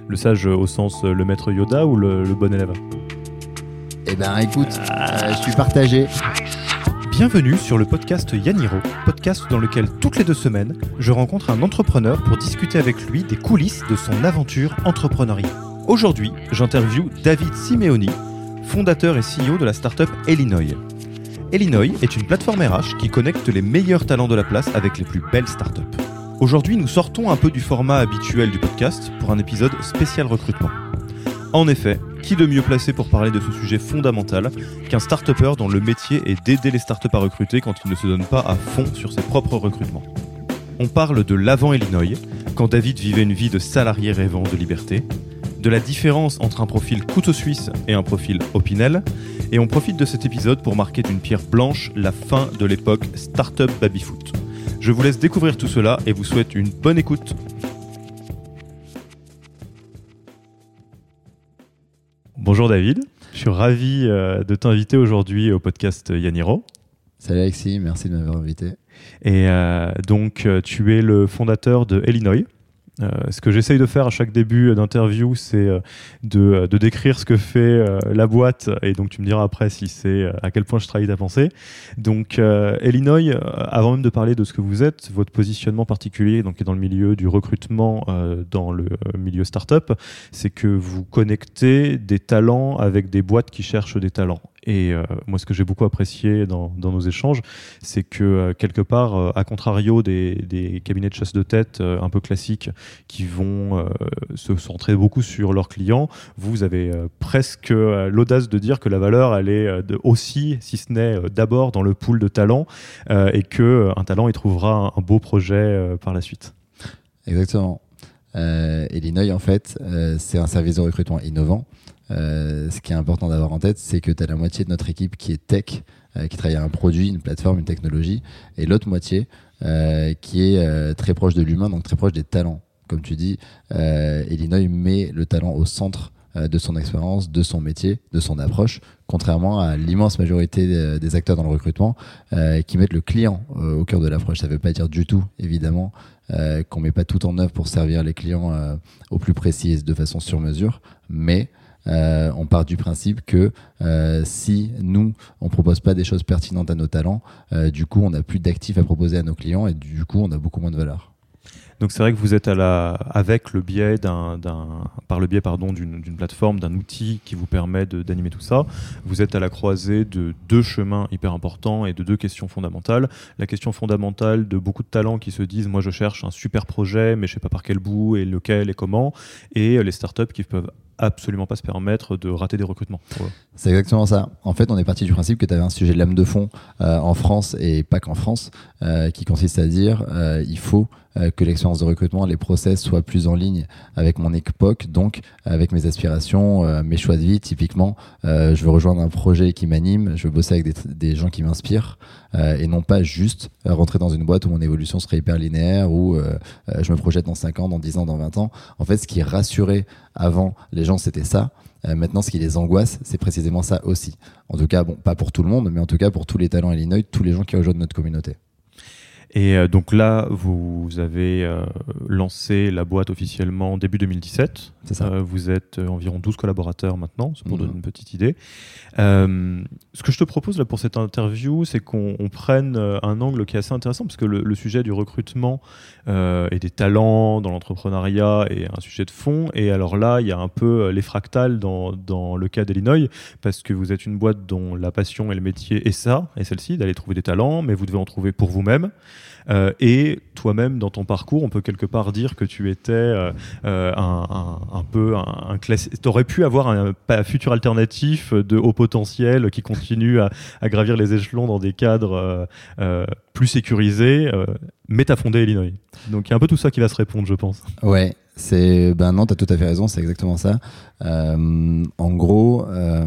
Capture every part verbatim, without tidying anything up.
Le sage au sens le maître Yoda ou le, le bon élève? Eh ben écoute, euh, je suis partagé. Bienvenue sur le podcast Yaniro, podcast dans lequel toutes les deux semaines, je rencontre un entrepreneur pour discuter avec lui des coulisses de son aventure entrepreneuriale. Aujourd'hui, j'interviewe David Simeoni, fondateur et C E O de la startup Elinoy. Elinoy est une plateforme R H qui connecte les meilleurs talents de la place avec les plus belles startups. Aujourd'hui, nous sortons un peu du format habituel du podcast pour un épisode spécial recrutement. En effet, qui de mieux placé pour parler de ce sujet fondamental qu'un start-upper dont le métier est d'aider les startups à recruter quand ils ne se donnent pas à fond sur ses propres recrutements. On parle de l'avant Elinoy, quand David vivait une vie de salarié rêvant de liberté, de la différence entre un profil couteau suisse et un profil Opinel, et on profite de cet épisode pour marquer d'une pierre blanche la fin de l'époque Startup Babyfoot. Je vous laisse découvrir tout cela et vous souhaite une bonne écoute. Bonjour David, je suis ravi euh, de t'inviter aujourd'hui au podcast Yaniro. Salut Alexis, merci de m'avoir invité. Et euh, donc euh, tu es le fondateur de Elinoy. Euh, ce que j'essaye de faire à chaque début d'interview, c'est euh, de, de décrire ce que fait euh, la boîte, et donc tu me diras après si c'est euh, à quel point je trahis ta pensée. Donc euh, Elinoy, euh, avant même de parler de ce que vous êtes, votre positionnement particulier donc, est dans le milieu du recrutement, euh, dans le milieu startup, c'est que vous connectez des talents avec des boîtes qui cherchent des talents. Et euh, moi, ce que j'ai beaucoup apprécié dans, dans nos échanges, c'est que euh, quelque part, euh, à contrario des, des cabinets de chasse de tête euh, un peu classiques qui vont euh, se centrer beaucoup sur leurs clients, vous avez euh, presque euh, l'audace de dire que la valeur, elle est euh, de, aussi, si ce n'est euh, d'abord, dans le pool de talents euh, et qu'un euh, talent, il trouvera un, un beau projet euh, par la suite. Exactement. Euh, Elinoy, en fait, euh, c'est un service de recrutement innovant. Euh, ce qui est important d'avoir en tête, c'est que tu as la moitié de notre équipe qui est tech, euh, qui travaille à un produit, une plateforme, une technologie, et l'autre moitié euh, qui est euh, très proche de l'humain, donc très proche des talents. Comme tu dis, euh, Elinoy met le talent au centre euh, de son expérience, de son métier, de son approche, contrairement à l'immense majorité des, des acteurs dans le recrutement euh, qui mettent le client euh, au cœur de l'approche. Ça ne veut pas dire du tout, évidemment, euh, qu'on ne met pas tout en œuvre pour servir les clients euh, au plus précis et de façon sur mesure, mais Euh, on part du principe que euh, si nous, on propose pas des choses pertinentes à nos talents, euh, du coup, on n'a plus d'actifs à proposer à nos clients et du coup, on a beaucoup moins de valeur. Donc c'est vrai que vous êtes à la, avec le biais d'un, d'un, par le biais pardon, d'une, d'une plateforme, d'un outil qui vous permet de, d'animer tout ça, vous êtes à la croisée de deux chemins hyper importants et de deux questions fondamentales. La question fondamentale de beaucoup de talents qui se disent « moi je cherche un super projet, mais je sais pas par quel bout et lequel et comment », et les startups qui peuvent absolument pas se permettre de rater des recrutements. Ouais. C'est exactement ça. En fait, on est parti du principe que tu avais un sujet de lame de fond euh, en France et pas qu'en France, euh, qui consiste à dire euh, il faut euh, que l'expérience de recrutement, les process soient plus en ligne avec mon époque, donc avec mes aspirations, euh, mes choix de vie. Typiquement, euh, je veux rejoindre un projet qui m'anime, je veux bosser avec des, des gens qui m'inspirent euh, et non pas juste euh, rentrer dans une boîte où mon évolution serait hyper linéaire, où euh, euh, je me projette dans cinq ans, dans dix ans, dans vingt ans. En fait, ce qui rassurait avant les gens, c'était ça. Euh, maintenant, ce qui les angoisse, c'est précisément ça aussi. En tout cas, bon, pas pour tout le monde, mais en tout cas pour tous les talents Elinoy, tous les gens qui rejoignent notre communauté. Et euh, donc là, vous avez euh, lancé la boîte officiellement début deux mille dix-sept. C'est ça. Euh, vous êtes euh, environ douze collaborateurs maintenant, c'est pour Mmh. donner une petite idée. Euh, ce que je te propose là pour cette interview, c'est qu'on on prenne euh, un angle qui est assez intéressant, parce que le, le sujet du recrutement euh, et des talents dans l'entrepreneuriat est un sujet de fond. Et alors là, il y a un peu euh, les fractales dans, dans le cas d'Elinoy, parce que vous êtes une boîte dont la passion et le métier est ça, et celle-ci, d'aller trouver des talents, mais vous devez en trouver pour vous-même. Euh, et toi-même, dans ton parcours, on peut quelque part dire que tu étais euh, euh, un, un, un peu un, un classique. Tu aurais pu avoir un, un futur alternatif de haut potentiel qui continue à, à gravir les échelons dans des cadres euh, euh, plus sécurisés, euh, mais tu as fondé Elinoy. Donc il y a un peu tout ça qui va se répondre, je pense. Ouais, c'est ben non, t'as tout à fait raison, c'est exactement ça. Euh, en gros, euh,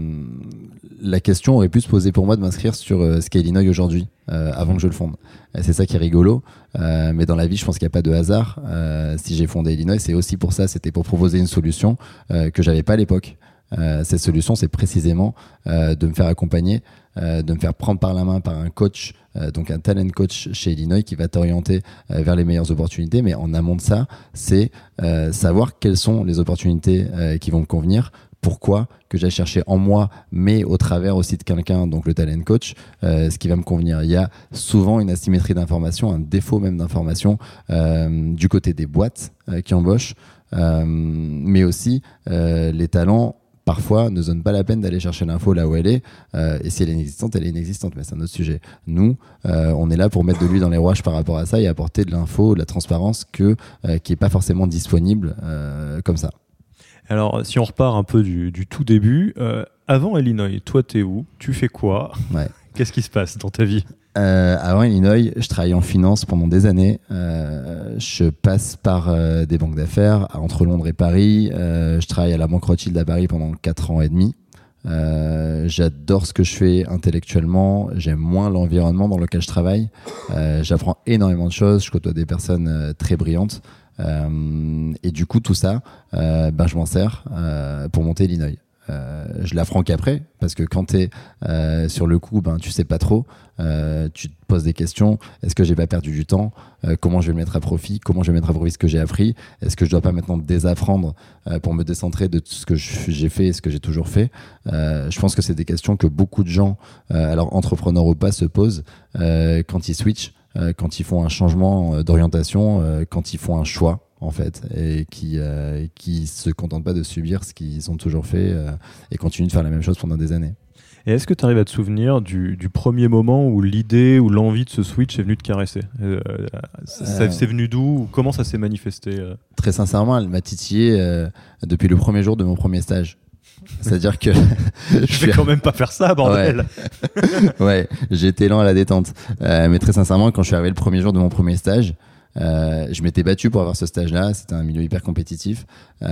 la question aurait pu se poser pour moi de m'inscrire sur euh, ce qu'est Elinoy aujourd'hui, euh, avant que je le fonde. Et c'est ça qui est rigolo, euh, mais dans la vie, je pense qu'il n'y a pas de hasard. Euh, si j'ai fondé Elinoy, c'est aussi pour ça, c'était pour proposer une solution euh, que j'avais pas à l'époque. Euh, cette solution, c'est précisément euh, de me faire accompagner euh, de me faire prendre par la main par un coach, euh, donc un talent coach chez Illinois qui va t'orienter euh, vers les meilleures opportunités. Mais en amont de ça, c'est euh, savoir quelles sont les opportunités euh, qui vont me convenir. Pourquoi que j'aille chercher en moi, mais au travers aussi de quelqu'un, donc le talent coach, euh, ce qui va me convenir. Il y a souvent une asymétrie d'information, un défaut même d'information euh, du côté des boîtes euh, qui embauchent, euh, mais aussi euh, les talents parfois ne donnent pas la peine d'aller chercher l'info là où elle est, euh, et si elle est inexistante, elle est inexistante, mais c'est un autre sujet. Nous, euh, on est là pour mettre de l'huile dans les rouages par rapport à ça et apporter de l'info, de la transparence que, euh, qui n'est pas forcément disponible euh, comme ça. Alors, si on repart un peu du, du tout début, euh, avant Illinois, toi, t'es où ? Tu fais quoi ? Ouais. Qu'est-ce qui se passe dans ta vie ? Euh, avant Illinois, je travaillais en finance pendant des années. Euh, je passe par euh, des banques d'affaires entre Londres et Paris. Euh, je travaille à la Banque Rothschild à Paris pendant quatre ans et demi. Euh, j'adore ce que je fais intellectuellement. J'aime moins l'environnement dans lequel je travaille. Euh, j'apprends énormément de choses. Je côtoie des personnes euh, très brillantes. Euh, et du coup, tout ça, euh, ben, je m'en sers euh, pour monter Illinois. Euh, je l'apprends qu'après, parce que quand tu es euh, sur le coup, ben, tu sais pas trop. Euh, tu te poses des questions. Est-ce que j'ai pas perdu du temps ? euh, Comment je vais le mettre à profit ? Comment je vais mettre à profit ce que j'ai appris ? Est-ce que je dois pas maintenant désapprendre euh, pour me décentrer de tout ce que je, j'ai fait et ce que j'ai toujours fait ? euh, Je pense que c'est des questions que beaucoup de gens, euh, alors entrepreneurs ou pas, se posent euh, quand ils switchent. Quand ils font un changement d'orientation, quand ils font un choix en fait, et qui euh, qui se contentent pas de subir ce qu'ils ont toujours fait euh, et continuent de faire la même chose pendant des années. Et est-ce que tu arrives à te souvenir du, du premier moment où l'idée ou l'envie de ce switch est venue te caresser ? euh, ça, euh, C'est venu d'où ? Comment ça s'est manifesté ? euh Très sincèrement, elle m'a titillé euh, depuis le premier jour de mon premier stage. C'est-à-dire que je vais quand même pas faire ça, bordel. Ouais, ouais, j'ai été lent à la détente. Euh, mais très sincèrement, quand je suis arrivé le premier jour de mon premier stage, euh, je m'étais battu pour avoir ce stage-là. C'était un milieu hyper compétitif.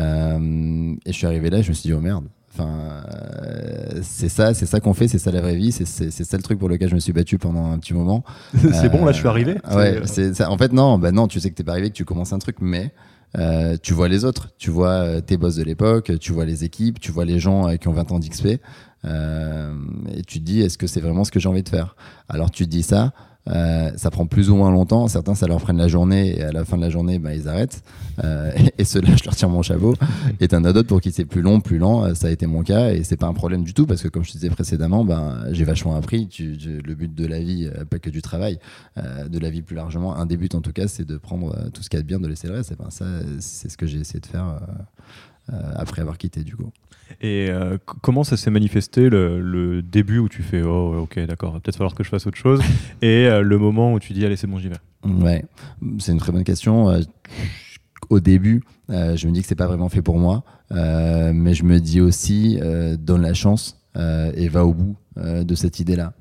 Euh, et je suis arrivé là, je me suis dit, oh merde. Enfin, euh, c'est ça, c'est ça qu'on fait, c'est ça la vraie vie, c'est, c'est, c'est ça le truc pour lequel je me suis battu pendant un petit moment. c'est euh, bon, là, je suis arrivé. Ouais, c'est ça. En fait, non, bah non, tu sais que t'es pas arrivé, que tu commences un truc, mais Euh, tu vois les autres, tu vois euh, tes boss de l'époque, tu vois les équipes, tu vois les gens euh, qui ont vingt ans d'X P euh, et tu te dis est-ce que c'est vraiment ce que j'ai envie de faire ? Alors tu te dis ça, euh, ça prend plus ou moins longtemps, certains ça leur prenne la journée et à la fin de la journée bah, ils arrêtent euh, et, et ceux-là je leur tire mon chapeau et t'en as d'autres pour qui c'est plus long, plus lent, ça a été mon cas et c'est pas un problème du tout parce que comme je te disais précédemment, ben, j'ai vachement appris, tu, tu, le but de la vie, pas que du travail, euh, de la vie plus largement, un des buts en tout cas c'est de prendre euh, tout ce qu'il y a de bien, de laisser le reste, et ben, ça c'est ce que j'ai essayé de faire euh, euh, après avoir quitté du coup. Et euh, c- comment ça s'est manifesté le, le début où tu fais oh ok d'accord, va peut-être falloir que je fasse autre chose et euh, le moment où tu dis allez c'est bon j'y vais. Ouais, c'est une très bonne question. Euh, au début, euh, je me dis que c'est pas vraiment fait pour moi, euh, mais je me dis aussi euh, donne la chance euh, et va au bout euh, de cette idée-là.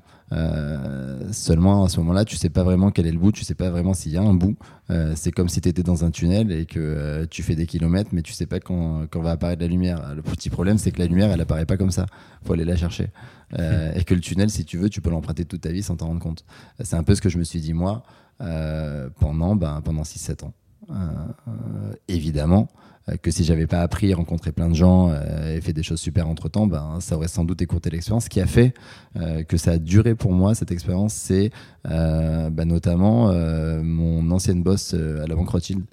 Euh, seulement à ce moment-là, tu sais pas vraiment quel est le bout, tu sais pas vraiment s'il y a un bout. Euh, c'est comme si tu étais dans un tunnel et que euh, tu fais des kilomètres, mais tu sais pas quand, quand va apparaître la lumière. Le petit problème, c'est que la lumière, elle apparaît pas comme ça. Faut aller la chercher. Euh, et que le tunnel, si tu veux, tu peux l'emprunter toute ta vie sans t'en rendre compte. C'est un peu ce que je me suis dit moi euh, pendant, ben, pendant six sept ans. Euh, euh, évidemment euh, que si j'avais pas appris, rencontré plein de gens euh, et fait des choses super entre temps, ben, ça aurait sans doute écourté l'expérience. Ce qui a fait euh, que ça a duré pour moi cette expérience, c'est euh, ben, notamment euh, mon ancienne boss euh, à la Banque Rothschild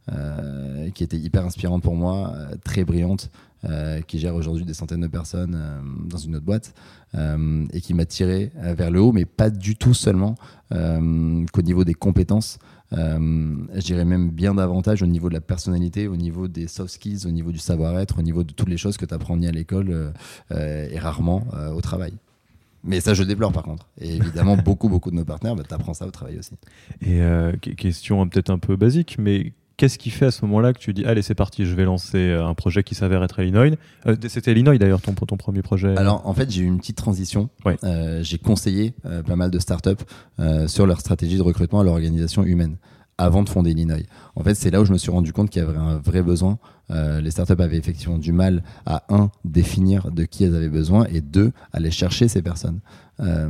euh, qui était hyper inspirante pour moi, euh, très brillante, euh, qui gère aujourd'hui des centaines de personnes euh, dans une autre boîte euh, et qui m'a tiré euh, vers le haut, mais pas du tout seulement euh, qu'au niveau des compétences. Euh, je dirais même bien davantage au niveau de la personnalité, au niveau des soft skills, au niveau du savoir-être, au niveau de toutes les choses que tu apprends ni à l'école euh, euh, et rarement euh, au travail. Mais ça, je le déplore par contre. Et évidemment, beaucoup, beaucoup de nos partenaires, bah, tu apprends ça au travail aussi. Et euh, question peut-être un peu basique, mais qu'est-ce qui fait à ce moment-là que tu dis allez c'est parti, je vais lancer un projet qui s'avère être Illinois. euh, C'était Illinois d'ailleurs ton, ton premier projet. Alors en fait j'ai eu une petite transition. Ouais. Euh, j'ai conseillé euh, pas mal de startups euh, sur leur stratégie de recrutement à leur organisation humaine avant de fonder Illinois. En fait c'est là où je me suis rendu compte qu'il y avait un vrai besoin. Euh, les startups avaient effectivement du mal à un, définir de qui elles avaient besoin et deux, aller chercher ces personnes. Euh,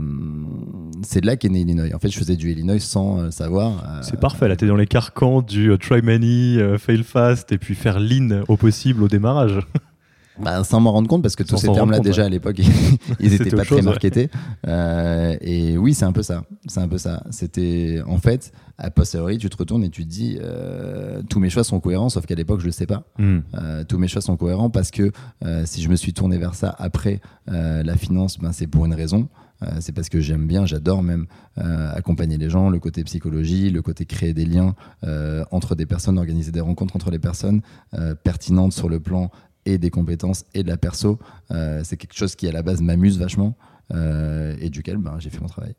c'est de là qu'est né Illinois. En fait, je faisais du Illinois sans euh, savoir. Euh, c'est parfait, là t'es dans les carcans du uh, try many, uh, fail fast et puis faire lean au possible au démarrage. Bah, sans m'en rendre compte, parce que tous Sans ces s'en termes-là, rendre compte, déjà ouais. à l'époque, ils C'était n'étaient pas autre très chose, ouais. marketés. Euh, et oui, c'est un peu ça. C'est un peu ça. C'était, en fait, à posteriori, tu te retournes et tu te dis, euh, tous mes choix sont cohérents, sauf qu'à l'époque, je le sais pas. Mm. Euh, tous mes choix sont cohérents parce que euh, si je me suis tourné vers ça après euh, la finance, ben, c'est pour une raison. Euh, c'est parce que j'aime bien, j'adore même euh, accompagner les gens, le côté psychologie, le côté créer des liens euh, entre des personnes, organiser des rencontres entre les personnes euh, pertinentes sur le plan et des compétences et de la perso. Euh, c'est quelque chose qui à la base m'amuse vachement euh, et duquel ben, j'ai fait mon travail.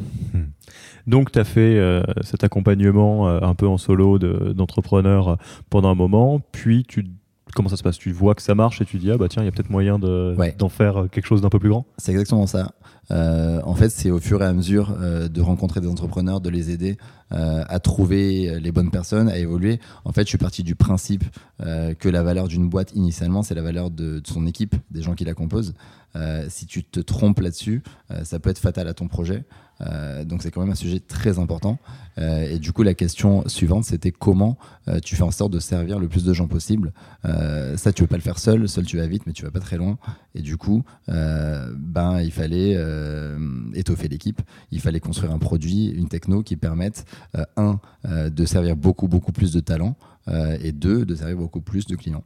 Donc, tu as fait euh, cet accompagnement euh, un peu en solo de, d'entrepreneur euh, pendant un moment, puis tu, comment ça se passe ? Tu vois que ça marche et tu dis, ah bah tiens, il y a peut-être moyen de, Ouais. d'en faire quelque chose d'un peu plus grand ? C'est exactement ça. Euh, en fait, c'est au fur et à mesure euh, de rencontrer des entrepreneurs, de les aider euh, à trouver les bonnes personnes, à évoluer. En fait, je suis parti du principe euh, que la valeur d'une boîte, initialement, c'est la valeur de, de son équipe, des gens qui la composent. Euh, si tu te trompes là-dessus, euh, ça peut être fatal à ton projet. Euh, donc c'est quand même un sujet très important. Euh, et du coup, la question suivante, c'était comment euh, tu fais en sorte de servir le plus de gens possible. Euh, ça, tu veux pas le faire seul. Seul, tu vas vite, mais tu vas pas très loin. Et du coup, euh, ben, il fallait euh, étoffer l'équipe. Il fallait construire un produit, une techno qui permette, euh, un, euh, de servir beaucoup, beaucoup plus de talents, euh, et deux, de servir beaucoup plus de clients.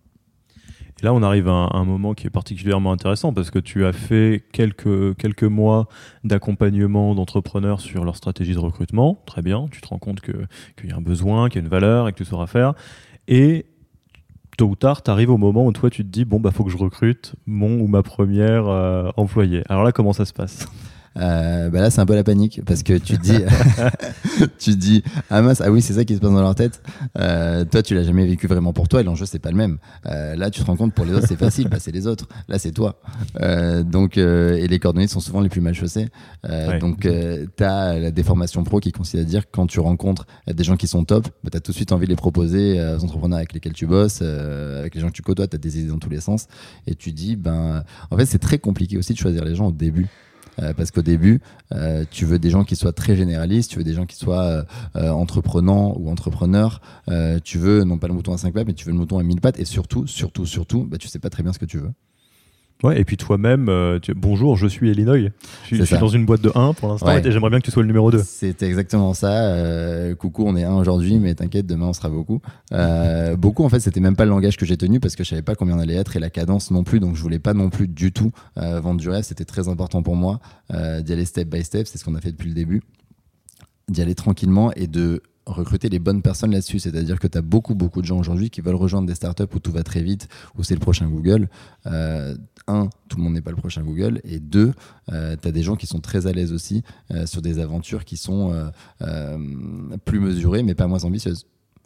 Et là, on arrive à un, un moment qui est particulièrement intéressant parce que tu as fait quelques, quelques mois d'accompagnement d'entrepreneurs sur leur stratégie de recrutement. Très bien, tu te rends compte que, qu'il y a un besoin, qu'il y a une valeur et que tu sauras faire. Et tôt ou tard, tu arrives au moment où toi, tu te dis, bon, bah, faut que je recrute mon ou ma première euh, employée. Alors là, comment ça se passe ? Euh, bah là c'est un peu la panique parce que tu te dis tu te dis ah mince, ah oui, c'est ça qui se passe dans leur tête. Euh, toi tu l'as jamais vécu vraiment pour toi et l'enjeu c'est pas le même. Euh, là tu te rends compte, pour les autres c'est facile, bah, c'est les autres, là c'est toi. Euh, donc euh, et les cordonniers sont souvent les plus mal chaussés. Euh, Ouais. donc euh, t'as la déformation pro qui consiste à dire que quand tu rencontres des gens qui sont top, bah, t'as tout de suite envie de les proposer aux entrepreneurs avec lesquels tu bosses, euh, avec les gens que tu côtoies, t'as des idées dans tous les sens et tu dis ben en fait c'est très compliqué aussi de choisir les gens au début. Euh, parce qu'au début, euh, tu veux des gens qui soient très généralistes, tu veux des gens qui soient euh, euh, entreprenants ou entrepreneurs, euh, tu veux non pas le mouton à cinq pattes, mais tu veux le mouton à mille pattes, et surtout, surtout, surtout, bah, tu sais pas très bien ce que tu veux. Ouais, et puis toi-même, euh, tu... bonjour, je suis Illinois. Je suis, je suis ça. dans une boîte de un pour l'instant, Ouais. et j'aimerais bien que tu sois le numéro deux. C'est exactement ça. Euh, coucou, on est un aujourd'hui, mais t'inquiète, demain on sera beaucoup. Euh, beaucoup, en fait, c'était même pas le langage que j'ai tenu parce que je savais pas combien on allait être et la cadence non plus, donc je voulais pas non plus du tout euh, vendre du rêve. C'était très important pour moi euh, d'y aller step by step, c'est ce qu'on a fait depuis le début, d'y aller tranquillement et de recruter les bonnes personnes là-dessus. C'est-à-dire que tu as beaucoup, beaucoup de gens aujourd'hui qui veulent rejoindre des startups où tout va très vite, où c'est le prochain Google. Euh, un, tout le monde n'est pas le prochain Google. Et deux, euh, tu as des gens qui sont très à l'aise aussi euh, sur des aventures qui sont euh, euh, plus mesurées, mais pas moins ambitieuses.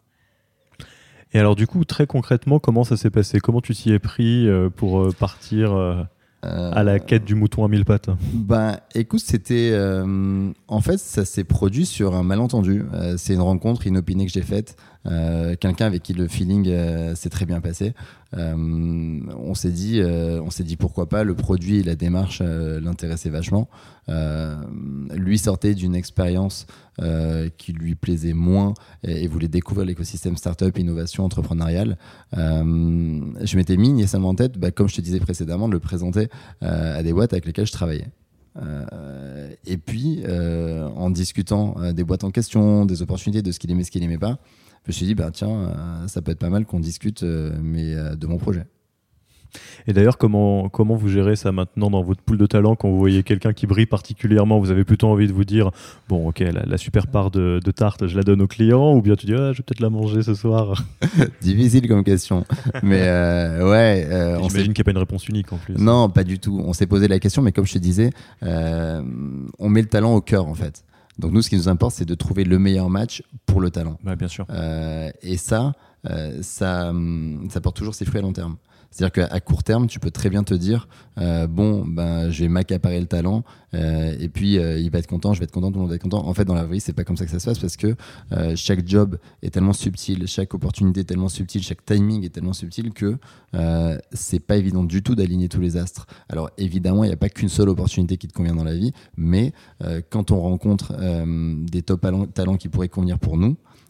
Et alors du coup, très concrètement, comment ça s'est passé ? Comment tu t'y es pris euh, pour euh, partir euh, Euh, à la quête du mouton à mille pattes ? Ben, écoute, c'était. Euh, en fait, ça s'est produit sur un malentendu. Euh, c'est une rencontre inopinée que j'ai faite. Euh, quelqu'un avec qui le feeling euh, s'est très bien passé. Euh, on s'est dit, euh, on s'est dit pourquoi pas. Le produit et la démarche euh, l'intéressaient vachement. Euh, lui sortait d'une expérience euh, qui lui plaisait moins et, et voulait découvrir l'écosystème startup, innovation, entrepreneuriale. Euh, je m'étais mis initialement en tête, bah, comme je te disais précédemment, de le présenter euh, à des boîtes avec lesquelles je travaillais. Euh, et puis, euh, en discutant euh, des boîtes en question, des opportunités, de ce qu'il aimait, ce qu'il n'aimait pas, je me suis dit, bah, tiens, euh, ça peut être pas mal qu'on discute euh, mais, euh, de mon projet. Et d'ailleurs, comment, comment vous gérez ça maintenant dans votre pool de talent quand vous voyez quelqu'un qui brille particulièrement ? Vous avez plutôt envie de vous dire, bon, ok, la, la super part de, de tarte, je la donne aux clients, ou bien tu dis, ah, je vais peut-être la manger ce soir. Difficile comme question. Mais euh, ouais. Euh, on J'imagine s'est... qu'il n'y a pas une réponse unique en plus. Non, pas du tout. On s'est posé la question, mais comme je te disais, euh, on met le talent au cœur en fait. Donc nous, ce qui nous importe, c'est de trouver le meilleur match pour le talent. Ouais, bien sûr. Euh, et ça, euh, ça, ça porte toujours ses fruits à long terme. C'est-à-dire qu'à court terme, tu peux très bien te dire euh, bon, ben, je vais m'accaparer le talent euh, et puis euh, il va être content, je vais être content, tout le monde va être content. En fait, dans la vie, c'est pas comme ça que ça se passe parce que euh, chaque job est tellement subtil, chaque opportunité est tellement subtile, chaque timing est tellement subtil que euh, c'est pas évident du tout d'aligner tous les astres. Alors évidemment, il n'y a pas qu'une seule opportunité qui te convient dans la vie, mais euh, quand on rencontre euh, des top talents qui pourraient convenir pour nous,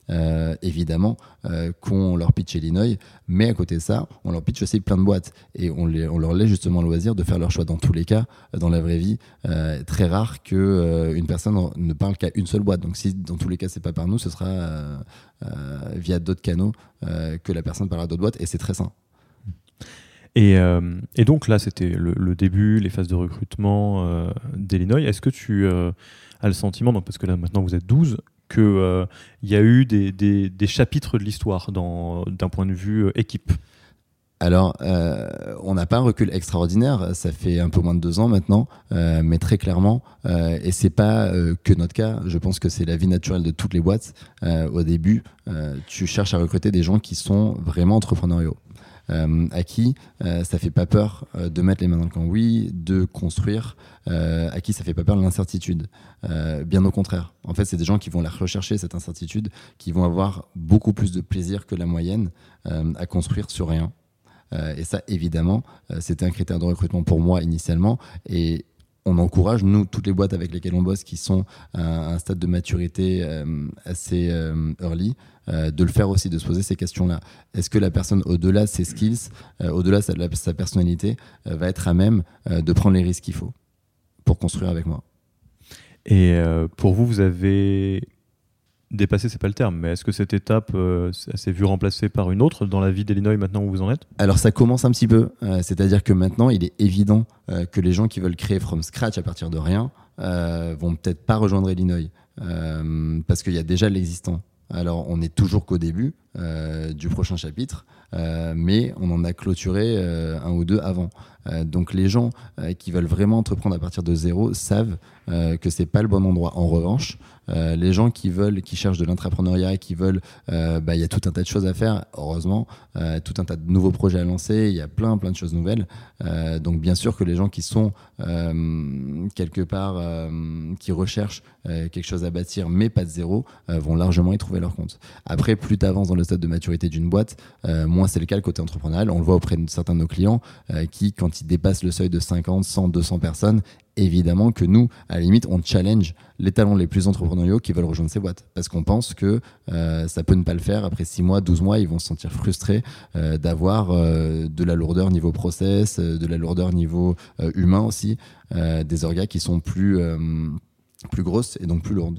euh, évidemment, euh, qu'on leur pitch Illinois, mais à côté de ça, on leur pitch aussi plein de boîtes et on, les, on leur laisse justement le loisir de faire leur choix. Dans tous les cas, dans la vraie vie, euh, très rare qu'une euh, personne ne parle qu'à une seule boîte. Donc si dans tous les cas, c'est pas par nous, ce sera euh, euh, via d'autres canaux euh, que la personne parlera d'autres boîtes et c'est très sain. Et, euh, et donc là, c'était le, le début, les phases de recrutement euh, d'Illinois. Est-ce que tu euh, as le sentiment, donc parce que là maintenant vous êtes douze, qu'il euh, y a eu des, des, des chapitres de l'histoire dans, d'un point de vue euh, équipe? Alors, euh, on n'a pas un recul extraordinaire, ça fait un peu moins de deux ans maintenant, euh, mais très clairement, euh, et c'est pas euh, que notre cas, je pense que c'est la vie naturelle de toutes les boîtes. Euh, au début, euh, tu cherches à recruter des gens qui sont vraiment entrepreneuriaux. Euh, à qui euh, ça fait pas peur euh, de mettre les mains dans le cambouis, de construire, euh, à qui ça fait pas peur de l'incertitude. Euh, bien au contraire. En fait, c'est des gens qui vont la rechercher, cette incertitude, qui vont avoir beaucoup plus de plaisir que la moyenne euh, à construire sur rien. Euh, et ça, évidemment, euh, c'était un critère de recrutement pour moi initialement. Et on encourage, nous, toutes les boîtes avec lesquelles on bosse qui sont à un stade de maturité euh, assez euh, early, euh, de le faire aussi, de se poser ces questions-là. Est-ce que la personne, au-delà de ses skills, euh, au-delà de sa, de sa personnalité, euh, va être à même euh, de prendre les risques qu'il faut pour construire avec moi? Et euh, pour vous, vous avez dépassé, c'est pas le terme, mais est-ce que cette étape euh, s'est vue remplacée par une autre dans la vie d'Illinois maintenant où vous en êtes? Alors ça commence un petit peu, euh, c'est-à-dire que maintenant il est évident euh, que les gens qui veulent créer from scratch à partir de rien euh, vont peut-être pas rejoindre Illinois euh, parce qu'il y a déjà l'existant. Alors on n'est toujours qu'au début euh, du prochain chapitre, euh, mais on en a clôturé euh, un ou deux avant. Euh, donc les gens euh, qui veulent vraiment entreprendre à partir de zéro savent euh, que c'est pas le bon endroit. En revanche, euh, les gens qui veulent, qui cherchent de l'intrapreneuriat et qui veulent, euh, bah, y a tout un tas de choses à faire. Heureusement, euh, tout un tas de nouveaux projets à lancer. Il y a plein, plein de choses nouvelles. Euh, donc bien sûr que les gens qui sont euh, quelque part, euh, qui recherchent euh, quelque chose à bâtir, mais pas de zéro, euh, vont largement y trouver leur compte. Après, plus tu avances dans le stade de maturité d'une boîte, euh, moins c'est le cas le côté entrepreneurial. On le voit auprès de certains de nos clients euh, qui, quand ils dépassent le seuil de cinquante, cent, deux cents personnes, évidemment que nous, à la limite, on challenge les talents les plus entrepreneuriaux qui veulent rejoindre ces boîtes. Parce qu'on pense que euh, ça peut ne pas le faire. Après six mois, douze mois, ils vont se sentir frustrés euh, d'avoir euh, de la lourdeur niveau process, euh, de la lourdeur niveau euh, humain aussi, euh, des orgas qui sont plus, euh, plus grosses et donc plus lourdes.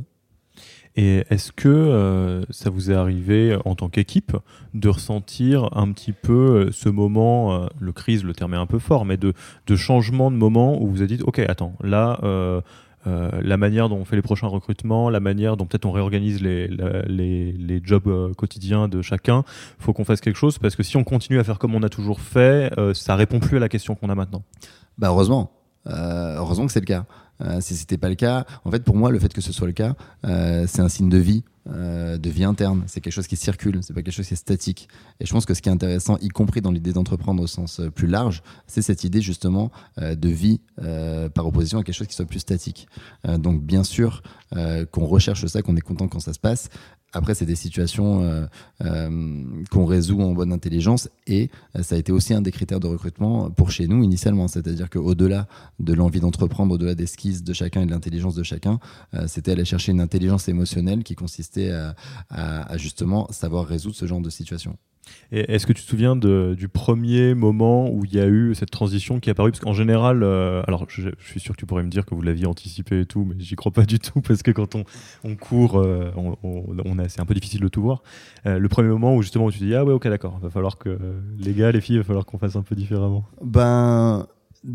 Et est-ce que euh, ça vous est arrivé en tant qu'équipe de ressentir un petit peu ce moment, euh, le crise, le terme est un peu fort, mais de, de changement de moment où vous vous êtes dit, ok, attends, là, euh, euh, la manière dont on fait les prochains recrutements, la manière dont peut-être on réorganise les, les, les jobs euh, quotidiens de chacun, il faut qu'on fasse quelque chose, parce que si on continue à faire comme on a toujours fait, euh, ça répond plus à la question qu'on a maintenant. Bah heureusement, euh, heureusement que c'est le cas. Euh, si c'était pas le cas, en fait pour moi le fait que ce soit le cas, euh, c'est un signe de vie, euh, de vie interne. C'est quelque chose qui circule, c'est pas quelque chose qui est statique. Et je pense que ce qui est intéressant, y compris dans l'idée d'entreprendre au sens euh, plus large, c'est cette idée justement euh, de vie euh, par opposition à quelque chose qui soit plus statique. Euh, donc bien sûr euh, qu'on recherche ça, qu'on est content quand ça se passe. Après, c'est des situations euh, euh, qu'on résout en bonne intelligence et euh, ça a été aussi un des critères de recrutement pour chez nous initialement. C'est-à-dire qu'au-delà de l'envie d'entreprendre, au-delà des skills de chacun et de l'intelligence de chacun, euh, c'était aller chercher une intelligence émotionnelle qui consistait à, à, à justement savoir résoudre ce genre de situation. Et est-ce que tu te souviens de, du premier moment où il y a eu cette transition qui est apparue? Parce qu'en général, euh, alors je, je suis sûr que tu pourrais me dire que vous l'aviez anticipé et tout, mais j'y crois pas du tout parce que quand on, on court, euh, on, on, on a, c'est un peu difficile de tout voir. Euh, le premier moment où justement où tu te dis ah ouais ok d'accord, va falloir que euh, les gars, les filles, il va falloir qu'on fasse un peu différemment. Ben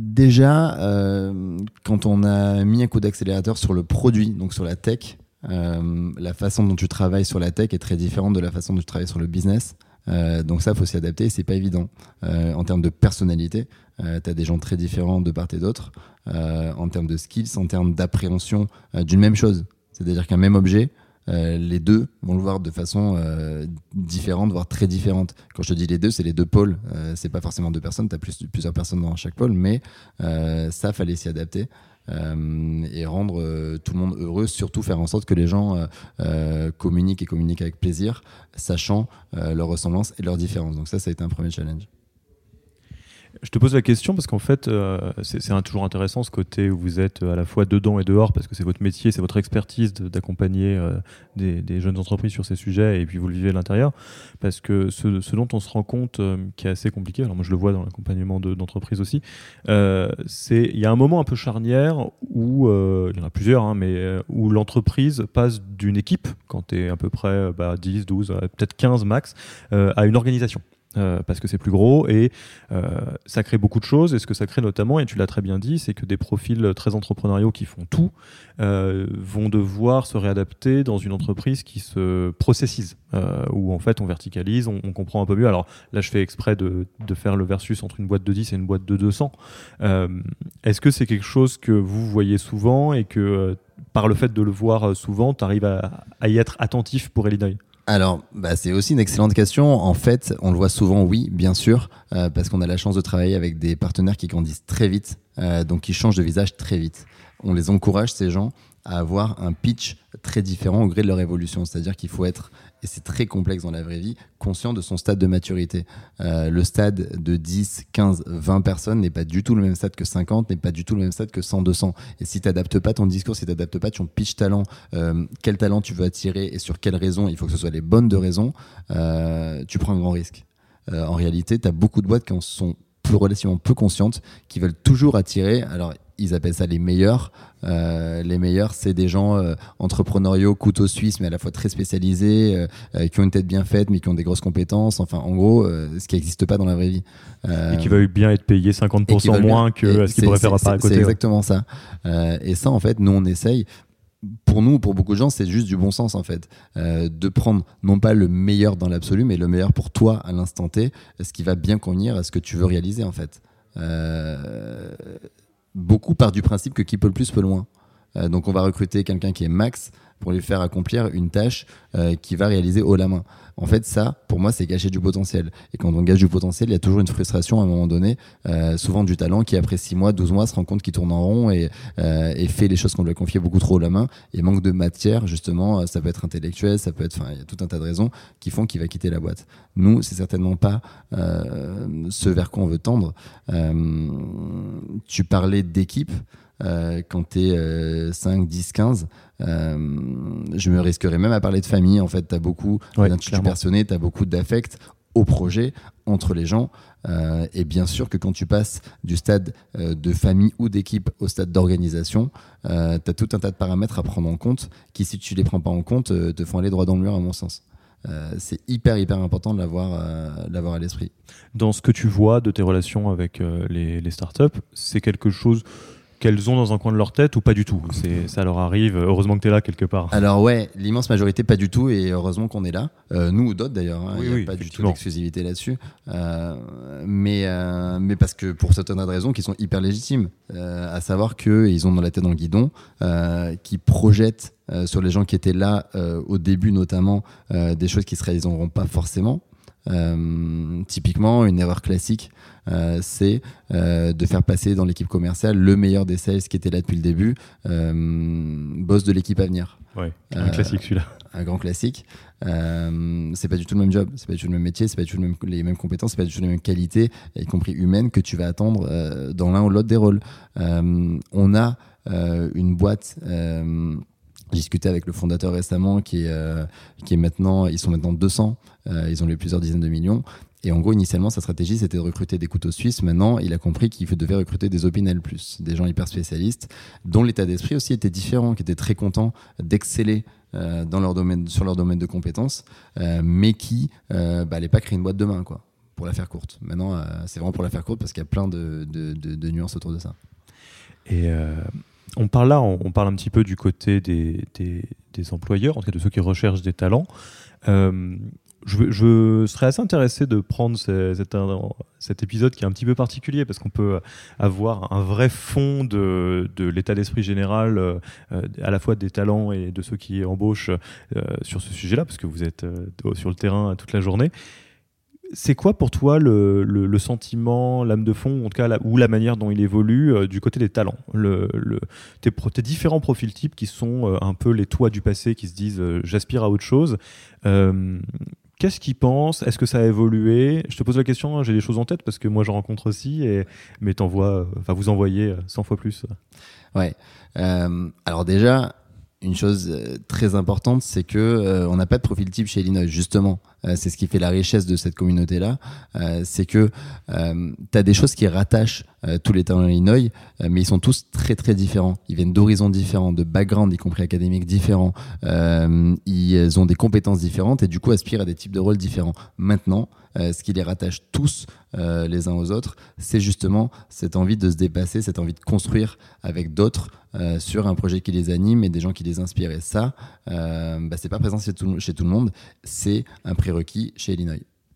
déjà, euh, quand on a mis un coup d'accélérateur sur le produit, donc sur la tech, euh, la façon dont tu travailles sur la tech est très différente de la façon dont tu travailles sur le business. Euh, donc ça, il faut s'y adapter, c'est pas évident. Euh, en termes de personnalité, euh, tu as des gens très différents de part et d'autre. Euh, en termes de skills, en termes d'appréhension euh, d'une même chose. C'est-à-dire qu'un même objet, euh, les deux vont le voir de façon euh, différente, voire très différente. Quand je te dis les deux, c'est les deux pôles. Euh, c'est pas forcément deux personnes, tu as plus, plusieurs personnes dans chaque pôle, mais euh, ça, fallait s'y adapter. Euh, et rendre euh, tout le monde heureux, surtout faire en sorte que les gens euh, euh, communiquent et communiquent avec plaisir, sachant euh, leurs ressemblances et leurs différences. Donc ça, ça a été un premier challenge. Je te pose la question parce qu'en fait, euh, c'est, c'est un, toujours intéressant ce côté où vous êtes à la fois dedans et dehors parce que c'est votre métier, c'est votre expertise de, d'accompagner euh, des, des jeunes entreprises sur ces sujets et puis vous le vivez à l'intérieur. Parce que ce, ce dont on se rend compte euh, qui est assez compliqué, alors moi je le vois dans l'accompagnement de, d'entreprises aussi, euh, c'est il y a un moment un peu charnière où, euh, il y en a plusieurs, hein, mais euh, où l'entreprise passe d'une équipe, quand tu es à peu près bah, dix, douze, euh, peut-être quinze max, euh, à une organisation. Euh, parce que c'est plus gros et euh, ça crée beaucoup de choses et ce que ça crée notamment, et tu l'as très bien dit, c'est que des profils très entrepreneuriaux qui font tout euh, vont devoir se réadapter dans une entreprise qui se processise, euh, où en fait on verticalise, on, on comprend un peu mieux. Alors là je fais exprès de, de faire le versus entre une boîte de dix et une boîte de deux cents. Euh, est-ce que c'est quelque chose que vous voyez souvent et que euh, par le fait de le voir souvent, tu arrives à, à y être attentif pour Illinois? Alors, bah, c'est aussi une excellente question. En fait, on le voit souvent, oui, bien sûr, euh, parce qu'on a la chance de travailler avec des partenaires qui grandissent très vite, euh, donc qui changent de visage très vite. On les encourage, ces gens, à avoir un pitch très différent au gré de leur évolution. C'est-à-dire qu'il faut être, et c'est très complexe dans la vraie vie, conscient de son stade de maturité. Euh, le stade de dix, quinze, vingt personnes n'est pas du tout le même stade que cinquante, n'est pas du tout le même stade que cent, deux cents. Et si tu n'adaptes pas ton discours, si tu n'adaptes pas ton pitch talent, euh, quel talent tu veux attirer et sur quelles raisons, il faut que ce soit les bonnes de raisons, euh, tu prends un grand risque. Euh, en réalité, tu as beaucoup de boîtes qui en sont plus relativement peu conscientes, qui veulent toujours attirer, alors ils appellent ça les meilleurs. Euh, les meilleurs, c'est des gens euh, entrepreneuriaux, couteaux suisses, mais à la fois très spécialisés, euh, euh, qui ont une tête bien faite, mais qui ont des grosses compétences. Enfin, en gros, euh, ce qui n'existe pas dans la vraie vie. Euh, et qui veulent bien être payés cinquante pour cent moins bien, que ce qu'ils pourraient faire à part à côté. C'est exactement ouais. ça. Euh, et ça, en fait, nous, on essaye. Pour nous, pour beaucoup de gens, c'est juste du bon sens en fait, euh, de prendre non pas le meilleur dans l'absolu, mais le meilleur pour toi à l'instant T, ce qui va bien convenir à ce que tu veux réaliser en fait. Euh, beaucoup part du principe que qui peut le plus peut le moins. Euh, donc on va recruter quelqu'un qui est max pour lui faire accomplir une tâche euh, qu'il va réaliser haut la main. En fait, ça, pour moi, c'est gâcher du potentiel. Et quand on gâche du potentiel, il y a toujours une frustration à un moment donné, euh, souvent du talent qui, après six mois, douze mois, se rend compte qu'il tourne en rond et, euh, et fait les choses qu'on lui a confiées beaucoup trop haut la main et manque de matière, justement. Ça peut être intellectuel, ça peut être, enfin, il y a tout un tas de raisons qui font qu'il va quitter la boîte. Nous, c'est certainement pas euh, ce vers quoi on veut tendre. Euh, tu parlais d'équipe. Euh, quand tu es euh, cinq, dix, quinze, euh, je me risquerais même à parler de famille. En fait, tu as beaucoup ouais, d'intuition personnelle, tu as beaucoup d'affect au projet entre les gens. Euh, et bien sûr que quand tu passes du stade euh, de famille ou d'équipe au stade d'organisation, euh, tu as tout un tas de paramètres à prendre en compte qui, si tu les prends pas en compte, euh, te font aller droit dans le mur, à mon sens. Euh, c'est hyper hyper important de l'avoir, euh, de l'avoir à l'esprit. Dans ce que tu vois de tes relations avec euh, les, les startups, c'est quelque chose qu'elles ont dans un coin de leur tête ou pas du tout? C'est, ça leur arrive, heureusement que tu es là quelque part. Alors ouais, l'immense majorité pas du tout, et heureusement qu'on est là. Euh, nous ou d'autres d'ailleurs, il hein, n'y oui, a oui, pas du tout d'exclusivité là-dessus. Euh, mais, euh, mais parce que pour certaines raisons qui sont hyper légitimes, euh, à savoir qu'ils ont dans la tête dans le guidon, euh, qui projettent euh, sur les gens qui étaient là euh, au début notamment euh, des choses qui se réaliseront pas forcément. Euh, typiquement, une erreur classique, euh, c'est euh, de faire passer dans l'équipe commerciale le meilleur des sales qui était là depuis le début, euh, boss de l'équipe à venir. Ouais, un euh, classique celui-là. Un grand classique. Euh, c'est pas du tout le même job, c'est pas du tout le même métier, c'est pas du tout le même, les mêmes compétences, c'est pas du tout les mêmes qualités, y compris humaines, que tu vas attendre euh, dans l'un ou l'autre des rôles. Euh, on a euh, une boîte. Euh, J'ai discuté avec le fondateur récemment qui est, euh, qui est maintenant, ils sont maintenant deux cents, euh, ils ont levé plusieurs dizaines de millions. Et en gros, initialement, sa stratégie, c'était de recruter des couteaux suisses. Maintenant, il a compris qu'il devait recruter des Opinel plus, des gens hyper spécialistes, dont l'état d'esprit aussi était différent, qui étaient très contents d'exceller euh, dans leur domaine, sur leur domaine de compétences, euh, mais qui euh, bah, n'allaient pas créer une boîte demain, quoi, pour la faire courte. Maintenant, euh, c'est vraiment pour la faire courte parce qu'il y a plein de, de, de, de nuances autour de ça. Et euh, on parle là, on, on parle un petit peu du côté des, des, des employeurs, en tout cas de ceux qui recherchent des talents. Euh, je, je serais assez intéressé de prendre ces, cet, cet épisode qui est un petit peu particulier parce qu'on peut avoir un vrai fond de, de l'état d'esprit général, euh, à la fois des talents et de ceux qui embauchent euh, sur ce sujet-là, parce que vous êtes euh, sur le terrain toute la journée. C'est quoi pour toi le, le, le sentiment, l'âme de fond, en tout cas, la, ou la manière dont il évolue euh, du côté des talents, le, le, tes, tes différents profils types qui sont euh, un peu les toits du passé, qui se disent euh, j'aspire à autre chose. Euh, qu'est-ce qu'ils pensent? Est-ce que ça a évolué? Je te pose la question, hein, j'ai des choses en tête parce que moi, j'en rencontre aussi, et, mais t'envoies, enfin, vous envoyez cent fois plus. Ouais. Euh, alors déjà, une chose très importante, c'est que euh, on n'a pas de profil type chez Illinois, justement. Euh, c'est ce qui fait la richesse de cette communauté-là. Euh, c'est que euh, tu as des choses qui rattachent euh, tous les talents d'Illinois, euh, mais ils sont tous très très différents. Ils viennent d'horizons différents, de backgrounds, y compris académiques, différents. Euh, ils ont des compétences différentes et du coup aspirent à des types de rôles différents. Maintenant, euh, ce qui les rattache tous euh, les uns aux autres, c'est justement cette envie de se dépasser, cette envie de construire avec d'autres euh, sur un projet qui les anime et des gens qui les inspirent. Et ça, euh, bah, c'est pas présent chez tout, chez tout le monde. C'est un prérequis chez Illinois.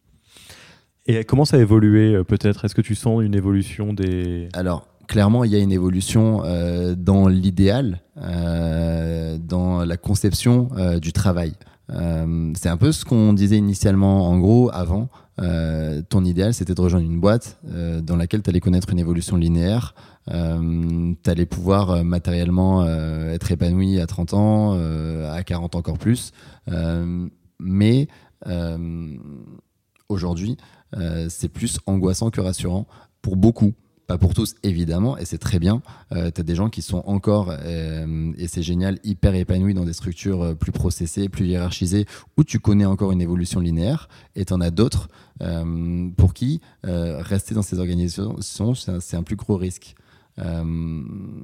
Et comment ça a évolué, peut-être? Est-ce que tu sens une évolution des... Alors, clairement, il y a une évolution euh, dans l'idéal, euh, dans la conception euh, du travail. Euh, c'est un peu ce qu'on disait initialement, en gros, avant. Euh, ton idéal, c'était de rejoindre une boîte euh, dans laquelle tu allais connaître une évolution linéaire. Euh, tu allais pouvoir euh, matériellement euh, être épanoui à trente ans, euh, à quarante encore plus. Euh, mais euh, aujourd'hui, euh, c'est plus angoissant que rassurant pour beaucoup. Pas pour tous, évidemment, et c'est très bien. Euh, tu as des gens qui sont encore, euh, et c'est génial, hyper épanouis dans des structures plus processées, plus hiérarchisées, où tu connais encore une évolution linéaire, et tu en as d'autres euh, pour qui euh, rester dans ces organisations, c'est un, c'est un plus gros risque. Euh,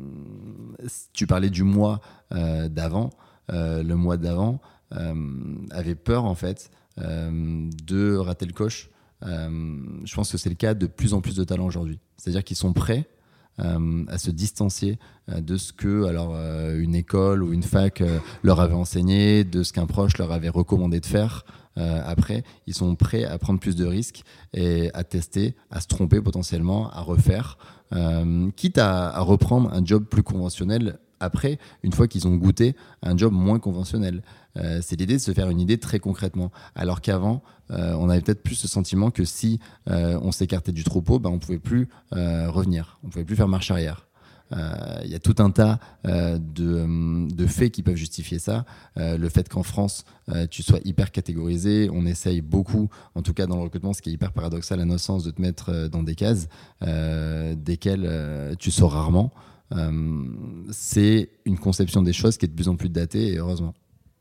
tu parlais du mois euh, d'avant. Euh, le mois d'avant euh, avait peur, en fait, euh, de rater le coche. Euh, je pense que c'est le cas de plus en plus de talents aujourd'hui. C'est-à-dire qu'ils sont prêts euh, à se distancier euh, de ce que alors, euh, une école ou une fac euh, leur avait enseigné, de ce qu'un proche leur avait recommandé de faire. Euh, après, ils sont prêts à prendre plus de risques et à tester, à se tromper potentiellement, à refaire, euh, quitte à, à reprendre un job plus conventionnel après, une fois qu'ils ont goûté un job moins conventionnel. Euh, c'est l'idée de se faire une idée très concrètement. Alors qu'avant, euh, on avait peut-être plus ce sentiment que si euh, on s'écartait du troupeau, bah, on ne pouvait plus euh, revenir, on ne pouvait plus faire marche arrière. Il euh, y a tout un tas euh, de, de faits qui peuvent justifier ça. Euh, le fait qu'en France, euh, tu sois hyper catégorisé, on essaye beaucoup, en tout cas dans le recrutement, ce qui est hyper paradoxal à notre sens, de te mettre euh, dans des cases euh, desquelles euh, tu sors rarement. Euh, c'est une conception des choses qui est de plus en plus datée, et heureusement.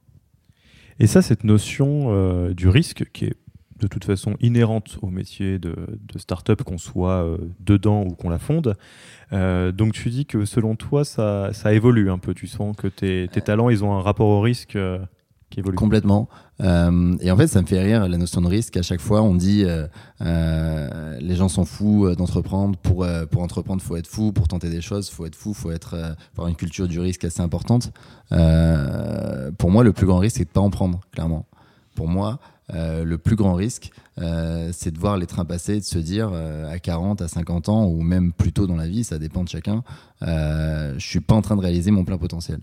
Et ça, cette notion euh, du risque, qui est de toute façon inhérente au métier de, de start-up, qu'on soit euh, dedans ou qu'on la fonde, euh, donc tu dis que selon toi, ça, ça évolue un peu. Tu sens que tes, tes talents, ils ont un rapport au risque euh, qui évolue. Complètement. Euh, et en fait, ça me fait rire la notion de risque. À chaque fois, on dit euh, euh, les gens sont fous d'entreprendre. Pour, euh, pour entreprendre, il faut être fou. Pour tenter des choses, il faut être fou. Il faut être, euh, avoir une culture du risque assez importante. Euh, pour moi, le plus grand risque, c'est de ne pas en prendre, clairement. Pour moi, euh, le plus grand risque, euh, c'est de voir les trains passer et de se dire euh, à quarante, à cinquante ans, ou même plus tôt dans la vie, ça dépend de chacun, euh, je ne suis pas en train de réaliser mon plein potentiel.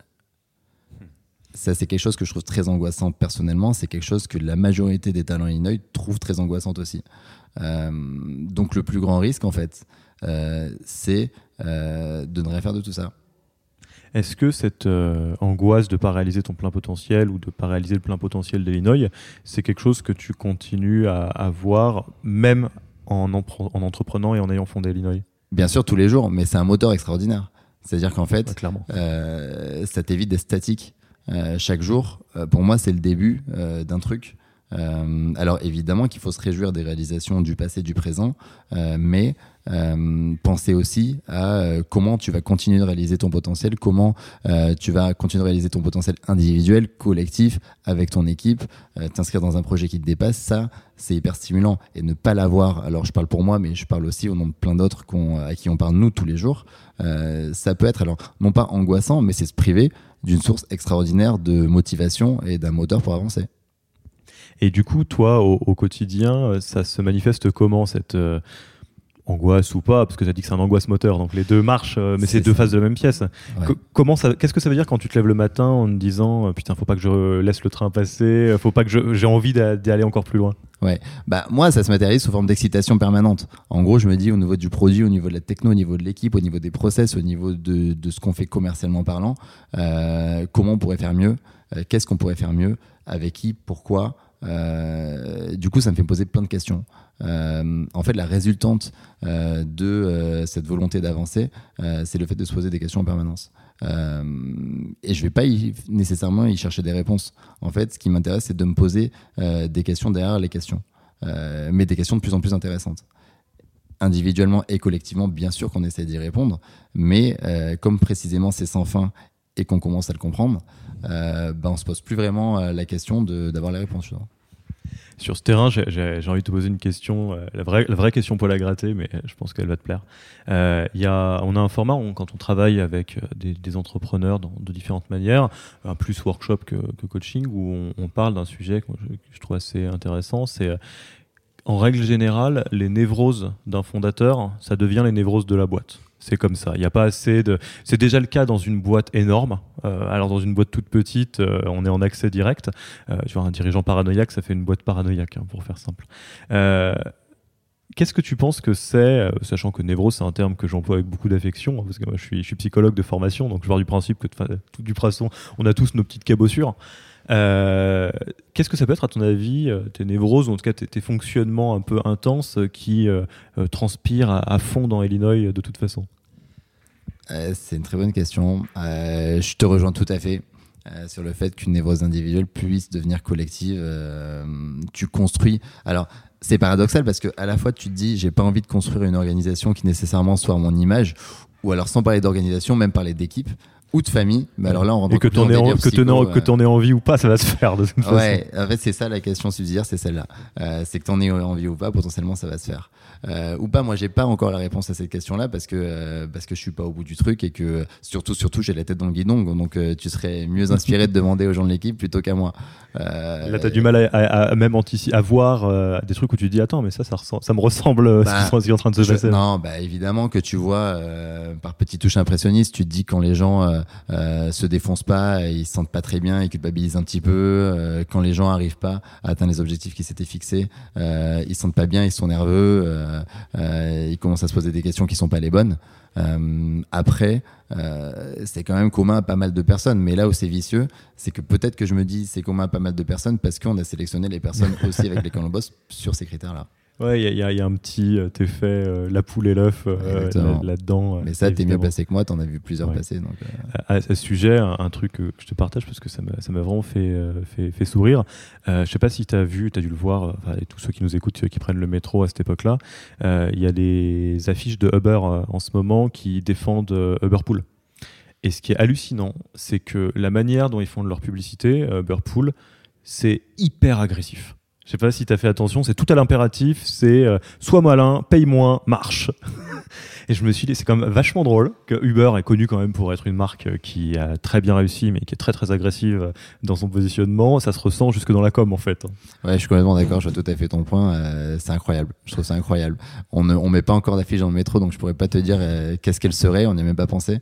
Ça, c'est quelque chose que je trouve très angoissant personnellement. C'est quelque chose que la majorité des talents Illinois trouvent très angoissante aussi. Euh, donc, le plus grand risque, en fait, euh, c'est euh, de ne rien faire de tout ça. Est-ce que cette euh, angoisse de ne pas réaliser ton plein potentiel ou de ne pas réaliser le plein potentiel d'Illinois, c'est quelque chose que tu continues à avoir même en, en, en entreprenant et en ayant fondé Illinois? Bien sûr, tous les jours, mais c'est un moteur extraordinaire. C'est-à-dire qu'en fait, ouais, clairement. Euh, ça t'évite d'être statique. Euh, chaque jour, euh, pour moi, c'est le début euh, d'un truc. Euh, alors évidemment qu'il faut se réjouir des réalisations du passé, du présent, euh, mais euh, penser aussi à euh, comment tu vas continuer de réaliser ton potentiel, comment euh, tu vas continuer de réaliser ton potentiel individuel, collectif, avec ton équipe, euh, t'inscrire dans un projet qui te dépasse. Ça, c'est hyper stimulant. Et ne pas l'avoir, alors je parle pour moi, mais je parle aussi au nom de plein d'autres qu'on, à qui on parle nous tous les jours, euh, ça peut être, alors non pas angoissant, mais c'est se priver d'une source extraordinaire de motivation et d'un moteur pour avancer. Et du coup, toi, au, au quotidien, ça se manifeste comment, cette euh, angoisse ou pas? Parce que tu as dit que c'est un angoisse moteur, donc les deux marchent, euh, mais c'est, c'est deux faces de la même pièce. Ouais. Co- comment ça, qu'est-ce que ça veut dire quand tu te lèves le matin en te disant « Putain, faut pas que je laisse le train passer, faut pas que je, j'ai envie d'a, d'y aller encore plus loin ». Ouais, bah moi ça se matérialise sous forme d'excitation permanente. En gros, je me dis au niveau du produit, au niveau de la techno, au niveau de l'équipe, au niveau des process, au niveau de, de ce qu'on fait commercialement parlant, euh, comment on pourrait faire mieux, euh, qu'est-ce qu'on pourrait faire mieux, avec qui, pourquoi, Euh, du coup, ça me fait me poser plein de questions. Euh, en fait, la résultante euh, de euh, cette volonté d'avancer, euh, c'est le fait de se poser des questions en permanence. Euh, et je ne vais pas y, nécessairement y chercher des réponses. En fait, ce qui m'intéresse, c'est de me poser euh, des questions derrière les questions, euh, mais des questions de plus en plus intéressantes. Individuellement et collectivement, bien sûr qu'on essaie d'y répondre, mais euh, comme précisément c'est sans fin et qu'on commence à le comprendre, euh, ben on se pose plus vraiment la question de, d'avoir les réponses. Sur ce terrain, j'ai, j'ai, j'ai envie de te poser une question, euh, la, vraie, la vraie question poil à gratter, mais je pense qu'elle va te plaire. Euh, y a, on a un format, on, quand on travaille avec des, des entrepreneurs dans, de différentes manières, un plus workshop que, que coaching, où on, on parle d'un sujet que je, que je trouve assez intéressant, c'est en règle générale, les névroses d'un fondateur, ça devient les névroses de la boîte. C'est comme ça. Il n'y a pas assez de. C'est déjà le cas dans une boîte énorme. Euh, alors dans une boîte toute petite, euh, on est en accès direct. Euh, tu vois, un dirigeant paranoïaque, ça fait une boîte paranoïaque, hein, pour faire simple. Euh, Qu'est-ce que tu penses que c'est, sachant que névrose, c'est un terme que j'emploie avec beaucoup d'affection, hein, parce que moi, je suis, je suis psychologue de formation, donc je pars du principe que de toute du façon, on a tous nos petites cabossures. Euh, qu'est-ce que ça peut être à ton avis, tes névroses, ou en tout cas tes, tes fonctionnements un peu intenses qui euh, transpirent à, à fond dans Illinois de toute façon? euh, C'est une très bonne question. Euh, je te rejoins tout à fait euh, sur le fait qu'une névrose individuelle puisse devenir collective. Euh, tu construis. Alors, c'est paradoxal parce que à la fois tu te dis j'ai pas envie de construire une organisation qui nécessairement soit à mon image, ou alors sans parler d'organisation, même parler d'équipe ou de famille, mais alors là on rentre et que t'en aies en, que psycho, euh... que t'en aies envie ou pas, ça va se faire de toute façon. Ouais, en fait c'est ça la question subsidiaire, c'est celle-là. Euh, c'est que t'en aies envie ou pas, potentiellement ça va se faire. Euh, ou pas, moi j'ai pas encore la réponse à cette question-là parce que euh, parce que je suis pas au bout du truc et que surtout surtout j'ai la tête dans le guidon, donc euh, tu serais mieux inspiré de demander aux gens de l'équipe plutôt qu'à moi. Euh, là t'as du mal à, à, à même anticiper, à voir euh, des trucs où tu te dis attends mais ça ça, ressemble, ça me ressemble bah, ce qui est en train de se je, passer. Non, bah évidemment que tu vois euh, par petites touches impressionnistes, tu te dis quand les gens euh, euh, se défoncent pas, ils se sentent pas très bien, ils culpabilisent un petit peu. Euh, quand les gens arrivent pas à atteindre les objectifs qui s'étaient fixés, euh, ils se sentent pas bien, ils sont nerveux, euh, euh, ils commencent à se poser des questions qui sont pas les bonnes. Euh, après, euh, c'est quand même commun à pas mal de personnes. Mais là où c'est vicieux, c'est que peut-être que je me dis c'est commun à pas mal de personnes parce qu'on a sélectionné les personnes aussi avec lesquelles on bosse sur ces critères-là. Ouais, il y, y, y a un petit euh, effet euh, la poule et l'œuf euh, là, là-dedans. Mais ça, euh, t'es mieux placé que moi, t'en as vu plusieurs ouais. passer. Donc, euh... à, à ce sujet, un, un truc que je te partage parce que ça m'a, ça m'a vraiment fait, euh, fait, fait sourire. Euh, je sais pas si t'as vu, t'as dû le voir, enfin, et tous ceux qui nous écoutent, ceux qui prennent le métro à cette époque-là, il euh, y a des affiches de Uber euh, en ce moment qui défendent euh, Uberpool. Et ce qui est hallucinant, c'est que la manière dont ils font de leur publicité, euh, Uberpool, c'est hyper agressif. Je sais pas si tu as fait attention, c'est tout à l'impératif, c'est euh, sois malin, paye moins, marche. Et je me suis dit, c'est quand même vachement drôle que Uber est connu quand même pour être une marque qui a très bien réussi, mais qui est très très agressive dans son positionnement. Ça se ressent jusque dans la com en fait. Ouais, je suis complètement d'accord, je vois tout à fait ton point. Euh, c'est incroyable, je trouve ça incroyable. On ne on met pas encore d'affiche dans le métro, donc je pourrais pas te dire euh, qu'est-ce qu'elle serait, on n'y a même pas pensé.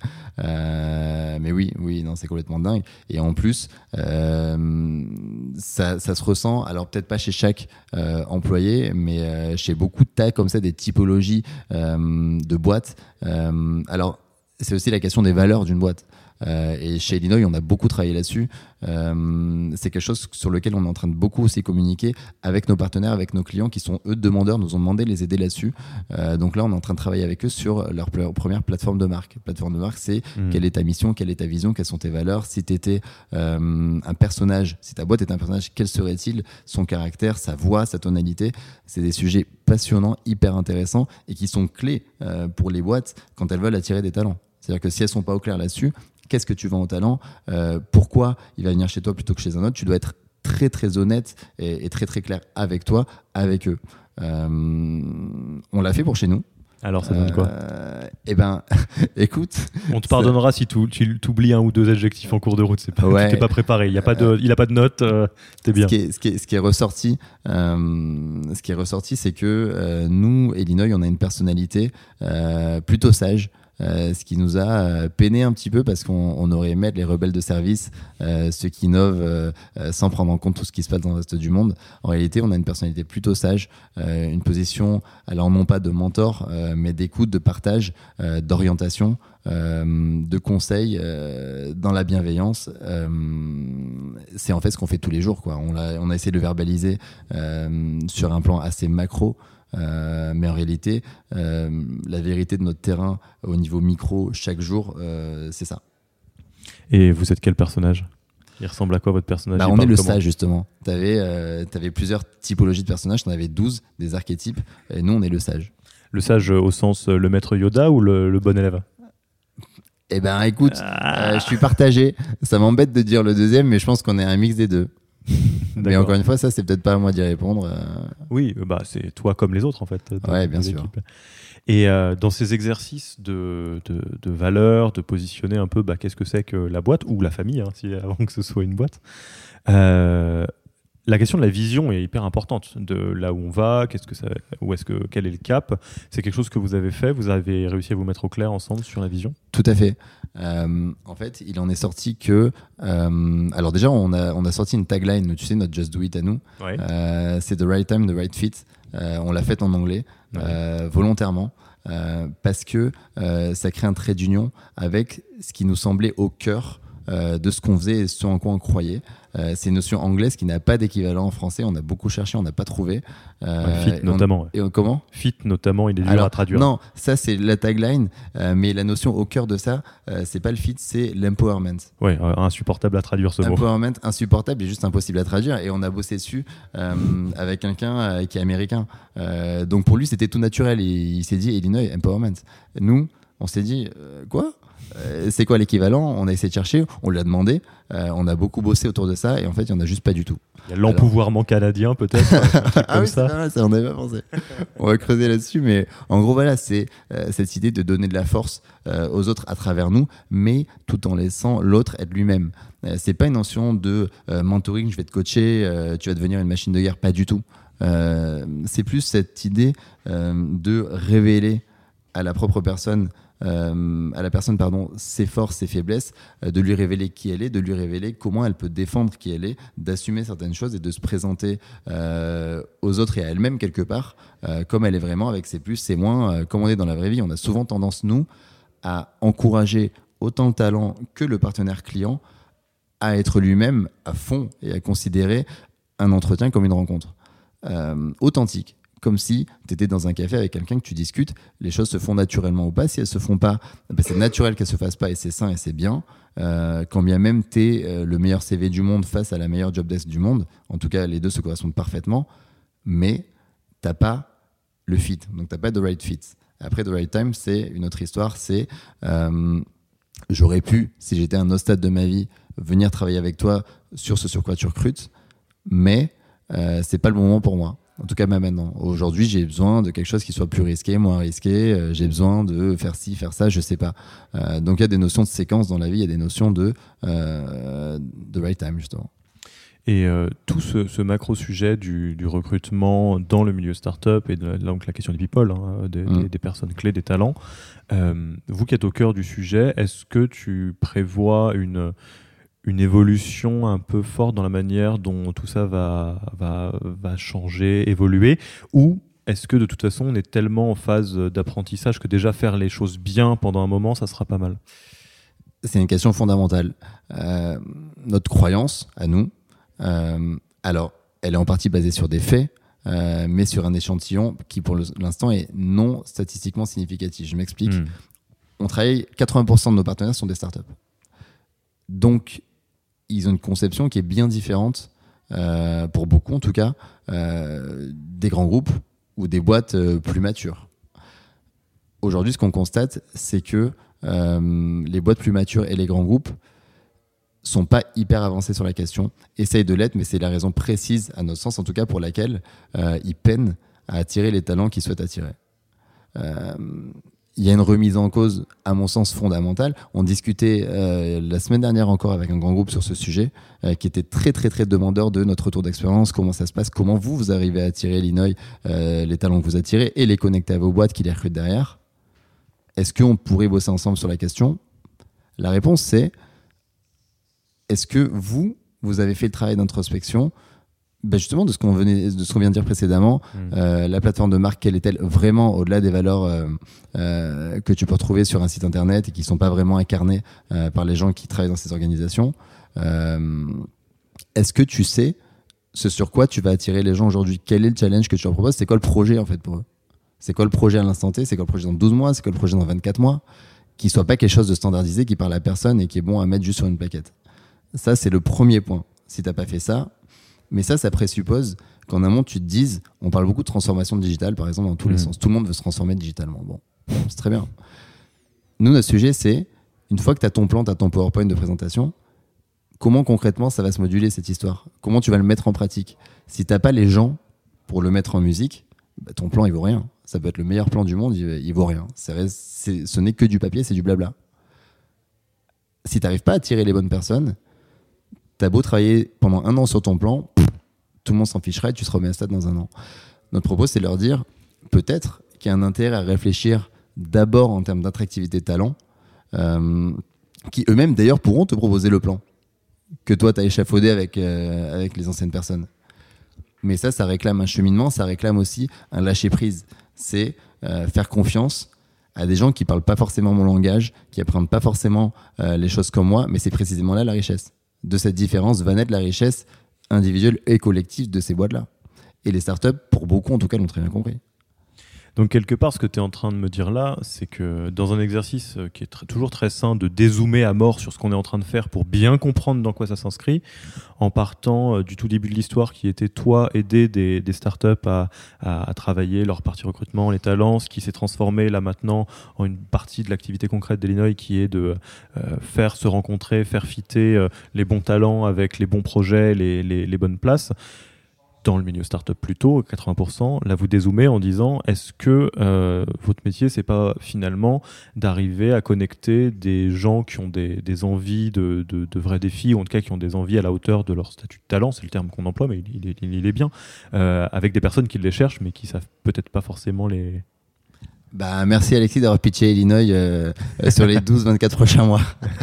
Euh, mais oui, oui, non, c'est complètement dingue. Et en plus, euh, ça, ça se ressent, alors peut-être pas chez chaque euh, employé, mais euh, chez beaucoup de tas comme ça, des typologies euh, de boîtes. Euh, alors, c'est aussi la question des valeurs d'une boîte. Euh, et chez Illinois, on a beaucoup travaillé là-dessus. Euh, c'est quelque chose sur lequel on est en train de beaucoup aussi communiquer avec nos partenaires, avec nos clients qui sont eux demandeurs, nous ont demandé de les aider là-dessus. Euh, donc là, on est en train de travailler avec eux sur leur pl- première plateforme de marque. Plateforme de marque, c'est mmh. quelle est ta mission, quelle est ta vision, quelles sont tes valeurs. Si tu étais euh, un personnage, si ta boîte est un personnage, quel serait-il, son caractère, sa voix, sa tonalité. C'est des sujets passionnants, hyper intéressants et qui sont clés euh, pour les boîtes quand elles veulent attirer des talents. C'est-à-dire que si elles ne sont pas au clair là-dessus, qu'est-ce que tu vends au talent, euh, pourquoi il va venir chez toi plutôt que chez un autre, tu dois être très très honnête et, et très très clair avec toi, avec eux. Euh, on l'a fait pour chez nous. Alors ça donne quoi euh, Eh ben, écoute... On te pardonnera ça... si tu oublies un ou deux adjectifs en cours de route, c'est pas, ouais. tu t'es pas préparé, il n'a pas de, il a pas de notes, euh, t'es bien. Ce qui est, ce qui est, ce qui est ressorti, euh, ce qui est ressorti, c'est que euh, nous, Illinois, on a une personnalité euh, plutôt sage, euh, ce qui nous a euh, peiné un petit peu parce qu'on on aurait aimé être les rebelles de service, euh, ceux qui innovent euh, euh, sans prendre en compte tout ce qui se passe dans le reste du monde. En réalité, on a une personnalité plutôt sage, euh, une position, alors non pas de mentor, euh, mais d'écoute, de partage, euh, d'orientation, euh, de conseils, euh, dans la bienveillance. Euh, c'est en fait ce qu'on fait tous les jours, quoi. On a, on a essayé de le verbaliser euh, sur un plan assez macro. Euh, mais en réalité, euh, la vérité de notre terrain au niveau micro, chaque jour, euh, c'est ça. Et vous êtes quel personnage ? Il ressemble à quoi votre personnage ? Bah, on est le sage, justement. Tu avais euh, plusieurs typologies de personnages, tu en avais douze, des archétypes, et nous, on est le sage. Le sage au sens euh, le maître Yoda ou le, le bon élève ? Eh ben, écoute, ah. euh, je suis partagé. Ça m'embête de dire le deuxième, mais je pense qu'on est un mix des deux. Mais encore une fois, ça, c'est peut-être pas à moi d'y répondre. Euh... Oui, bah, c'est toi comme les autres, en fait. Ouais, bien sûr. Et euh, dans ces exercices de, de, de valeur, de positionner un peu bah, qu'est-ce que c'est que la boîte, ou la famille, hein, si, avant que ce soit une boîte, euh, la question de la vision est hyper importante. De là où on va, qu'est-ce que ça, où est-ce que, quel est le cap ? C'est quelque chose que vous avez fait, vous avez réussi à vous mettre au clair ensemble sur la vision ? Tout à fait. Euh, en fait, il en est sorti que... Euh, alors déjà, on a, on a sorti une tagline, tu sais, notre Just Do It à nous. Ouais. Euh, c'est The Right Time, The Right Fit. Euh, on l'a faite en anglais, ouais. euh, volontairement, euh, parce que euh, ça crée un trait d'union avec ce qui nous semblait au cœur euh, de ce qu'on faisait et ce en quoi on croyait. Euh, c'est une notion anglaise qui n'a pas d'équivalent en français. On a beaucoup cherché, on n'a pas trouvé. Euh, ouais, fit notamment. On, ouais. Et comment ? Fit notamment, il est dur Alors, à traduire. Non, ça c'est la tagline, euh, mais la notion au cœur de ça, euh, c'est pas le fit, c'est l'empowerment. Ouais, euh, insupportable à traduire ce mot. Empowerment, insupportable et juste impossible à traduire. Et on a bossé dessus euh, avec quelqu'un euh, qui est américain. Euh, donc pour lui, c'était tout naturel. Et il s'est dit Illinois Empowerment. Nous, on s'est dit euh, quoi ? Euh, c'est quoi l'équivalent ? On a essayé de chercher, on lui a demandé, euh, on a beaucoup bossé autour de ça et en fait il n'y en a juste pas du tout. Il y a l'empouvoirment Alors... canadien peut-être. Ah oui, ça. C'est vrai, ça on n'avait pas pensé. On va creuser là-dessus, mais en gros voilà, c'est euh, cette idée de donner de la force euh, aux autres à travers nous, mais tout en laissant l'autre être lui-même. Euh, c'est pas une notion de euh, mentoring, je vais te coacher, euh, tu vas devenir une machine de guerre, pas du tout. Euh, c'est plus cette idée euh, de révéler à la propre personne Euh, à la personne pardon, ses forces, ses faiblesses, euh, de lui révéler qui elle est, de lui révéler comment elle peut défendre qui elle est, d'assumer certaines choses et de se présenter euh, aux autres et à elle-même quelque part euh, comme elle est vraiment, avec ses plus, ses moins, euh, comme on est dans la vraie vie. On a souvent tendance, nous, à encourager autant le talent que le partenaire client à être lui-même à fond et à considérer un entretien comme une rencontre euh, authentique. Comme si tu étais dans un café avec quelqu'un que tu discutes, les choses se font naturellement ou pas. Si elles se font pas, ben c'est naturel qu'elles se fassent pas et c'est sain et c'est bien. Euh, quand bien même tu es euh, le meilleur C V du monde face à la meilleure job desk du monde, en tout cas les deux se correspondent parfaitement, mais t'as pas le fit, donc t'as pas the right fit. Après the right time, c'est une autre histoire, c'est euh, j'aurais pu, si j'étais à un autre stade de ma vie, venir travailler avec toi sur ce sur quoi tu recrutes, mais euh, c'est pas le moment pour moi. En tout cas, même maintenant. Aujourd'hui, j'ai besoin de quelque chose qui soit plus risqué, moins risqué. Euh, j'ai besoin de faire ci, faire ça, je sais pas. Euh, donc, il y a des notions de séquence dans la vie, il y a des notions de, euh, de right time, justement. Et euh, tout ce, ce macro-sujet du, du recrutement dans le milieu startup et de, donc la question des people, hein, des, mmh. des, des personnes clés, des talents, euh, vous qui êtes au cœur du sujet, est-ce que tu prévois une... une évolution un peu forte dans la manière dont tout ça va, va, va changer, évoluer, ou est-ce que de toute façon on est tellement en phase d'apprentissage que déjà faire les choses bien pendant un moment, ça sera pas mal ? C'est une question fondamentale. Euh, notre croyance à nous, euh, alors elle est en partie basée sur des faits, euh, mais sur un échantillon qui pour l'instant est non statistiquement significatif. Je m'explique. Mmh. On travaille, quatre-vingts pour cent de nos partenaires sont des startups. Donc, ils ont une conception qui est bien différente, euh, pour beaucoup en tout cas, euh, des grands groupes ou des boîtes euh, plus matures. Aujourd'hui, ce qu'on constate, c'est que euh, les boîtes plus matures et les grands groupes sont pas hyper avancés sur la question, essayent de l'être, mais c'est la raison précise, à notre sens en tout cas, pour laquelle euh, ils peinent à attirer les talents qu'ils souhaitent attirer. Euh, Il y a une remise en cause, à mon sens, fondamentale. On discutait euh, la semaine dernière encore avec un grand groupe sur ce sujet, euh, qui était très, très, très demandeur de notre retour d'expérience, comment ça se passe, comment vous, vous arrivez à attirer Illinois, euh, les talents que vous attirez et les connecter à vos boîtes qui les recrutent derrière. est-ce qu'on pourrait bosser ensemble sur la question ? La réponse, c'est est-ce que vous, vous avez fait le travail d'introspection ? Ben justement, de ce qu'on venait, de ce qu'on vient de dire précédemment, mmh. euh, la plateforme de marque, quelle est-elle vraiment au-delà des valeurs euh, euh, que tu peux retrouver sur un site internet et qui ne sont pas vraiment incarnées euh, par les gens qui travaillent dans ces organisations. Euh, est-ce que tu sais ce sur quoi tu vas attirer les gens aujourd'hui ? Quel est le challenge que tu leur proposes ? C'est quoi le projet en fait pour eux ? C'est quoi le projet à l'instant T ? C'est quoi le projet dans douze mois ? C'est quoi le projet dans vingt-quatre mois ? Qui ne soit pas quelque chose de standardisé, qui parle à personne et qui est bon à mettre juste sur une plaquette. Ça, c'est le premier point. Si tu n'as pas fait ça, mais ça, ça présuppose qu'en amont, tu te dises, on parle beaucoup de transformation digitale, par exemple, dans tous mmh. les sens. Tout le monde veut se transformer digitalement. Bon, c'est très bien. Nous, notre sujet, c'est, une fois que tu as ton plan, tu as ton PowerPoint de présentation, comment concrètement ça va se moduler cette histoire ? Comment tu vas le mettre en pratique ? Si tu n'as pas les gens pour le mettre en musique, bah, ton plan, il vaut rien. Ça peut être le meilleur plan du monde, il, il vaut rien. C'est, c'est, ce n'est que du papier, c'est du blabla. Si tu n'arrives pas à attirer les bonnes personnes, t'as beau travailler pendant un an sur ton plan, pff, tout le monde s'en fichera et tu seras au même stade dans un an. Notre propos, c'est de leur dire, peut-être qu'il y a un intérêt à réfléchir d'abord en termes d'attractivité de talent, euh, qui eux-mêmes d'ailleurs pourront te proposer le plan que toi t'as échafaudé avec, euh, avec les anciennes personnes. Mais ça, ça réclame un cheminement, ça réclame aussi un lâcher-prise. C'est euh, faire confiance à des gens qui parlent pas forcément mon langage, qui apprennent pas forcément euh, les choses comme moi, mais c'est précisément là la richesse. De cette différence va naître la richesse individuelle et collective de ces boîtes-là. Et les startups, pour beaucoup en tout cas, l'ont très bien compris. Donc quelque part, ce que tu es en train de me dire là, c'est que dans un exercice qui est très, toujours très sain de dézoomer à mort sur ce qu'on est en train de faire pour bien comprendre dans quoi ça s'inscrit, en partant euh, du tout début de l'histoire qui était toi aider des, des startups à, à, à travailler leur partie recrutement, les talents, ce qui s'est transformé là maintenant en une partie de l'activité concrète d'Illinois qui est de euh, faire se rencontrer, faire fitter euh, les bons talents avec les bons projets, les, les, les bonnes places. Dans le milieu startup plutôt, quatre-vingts pour cent, là vous dézoomez en disant est-ce que euh, votre métier c'est pas finalement d'arriver à connecter des gens qui ont des, des envies de, de, de vrais défis, ou en tout cas qui ont des envies à la hauteur de leur statut de talent, c'est le terme qu'on emploie mais il, il, il est bien, euh, avec des personnes qui les cherchent mais qui savent peut-être pas forcément les... Bah, merci Alexis d'avoir pitché Illinois euh, sur les douze vingt-quatre prochains mois.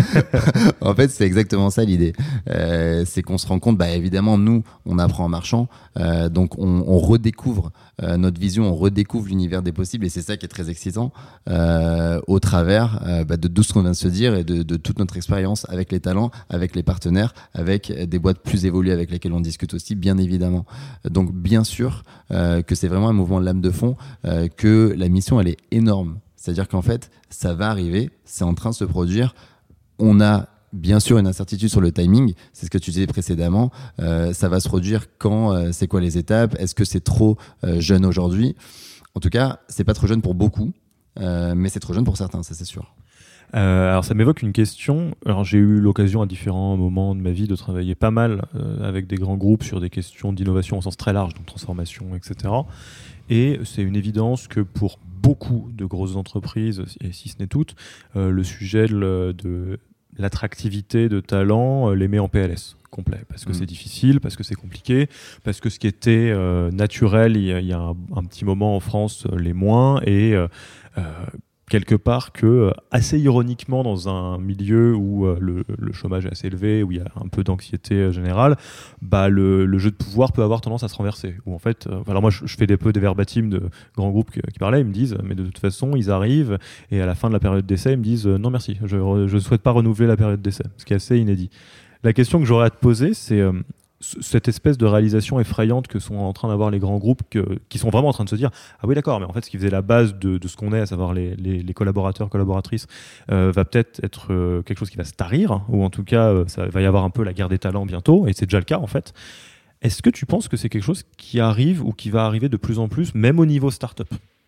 En fait, c'est exactement ça l'idée. Euh, c'est qu'on se rend compte, bah, évidemment, nous, on apprend en marchant. Euh, donc, on, on redécouvre euh, notre vision, on redécouvre l'univers des possibles et c'est ça qui est très excitant euh, au travers euh, bah, de tout ce qu'on vient de se dire et de, de toute notre expérience avec les talents, avec les partenaires, avec des boîtes plus évoluées avec lesquelles on discute aussi, bien évidemment. Donc, bien sûr euh, que c'est vraiment un mouvement de lame de fond, euh, que la mission, elle est énorme. C'est-à-dire qu'en fait, ça va arriver, c'est en train de se produire. On a bien sûr une incertitude sur le timing, c'est ce que tu disais précédemment. Euh, ça va se produire quand, euh, c'est quoi les étapes, est-ce que c'est trop euh, jeune aujourd'hui ? En tout cas, c'est pas trop jeune pour beaucoup, euh, mais c'est trop jeune pour certains, ça c'est sûr. Euh, alors ça m'évoque une question. Alors j'ai eu l'occasion à différents moments de ma vie de travailler pas mal euh, avec des grands groupes sur des questions d'innovation au sens très large, donc transformation, et cetera. Et c'est une évidence que pour beaucoup de grosses entreprises, et si ce n'est toutes, euh, le sujet de, de l'attractivité de talent euh, les met en P L S complet, parce que mmh. c'est difficile, parce que c'est compliqué, parce que ce qui était euh, naturel il y a, il y a un, un petit moment en France euh, l'est moins, et euh, euh, quelque part que, assez ironiquement, dans un milieu où euh, le, le chômage est assez élevé, où il y a un peu d'anxiété euh, générale, bah, le, le jeu de pouvoir peut avoir tendance à se renverser. Où en fait, euh, alors moi je, je fais des peu des verbatims de grands groupes qui, qui parlaient, ils me disent, mais de toute façon, ils arrivent et à la fin de la période d'essai, ils me disent euh, non merci, je ne souhaite pas renouveler la période d'essai, ce qui est assez inédit. La question que j'aurais à te poser, c'est euh, cette espèce de réalisation effrayante que sont en train d'avoir les grands groupes, que, qui sont vraiment en train de se dire ah oui d'accord, mais en fait ce qui faisait la base de, de ce qu'on est, à savoir les, les, les collaborateurs, collaboratrices, euh, va peut-être être euh, quelque chose qui va se tarir, ou en tout cas euh, ça va y avoir un peu la guerre des talents bientôt, et c'est déjà le cas en fait. Est-ce que tu penses que c'est quelque chose qui arrive ou qui va arriver de plus en plus, même au niveau start-up ?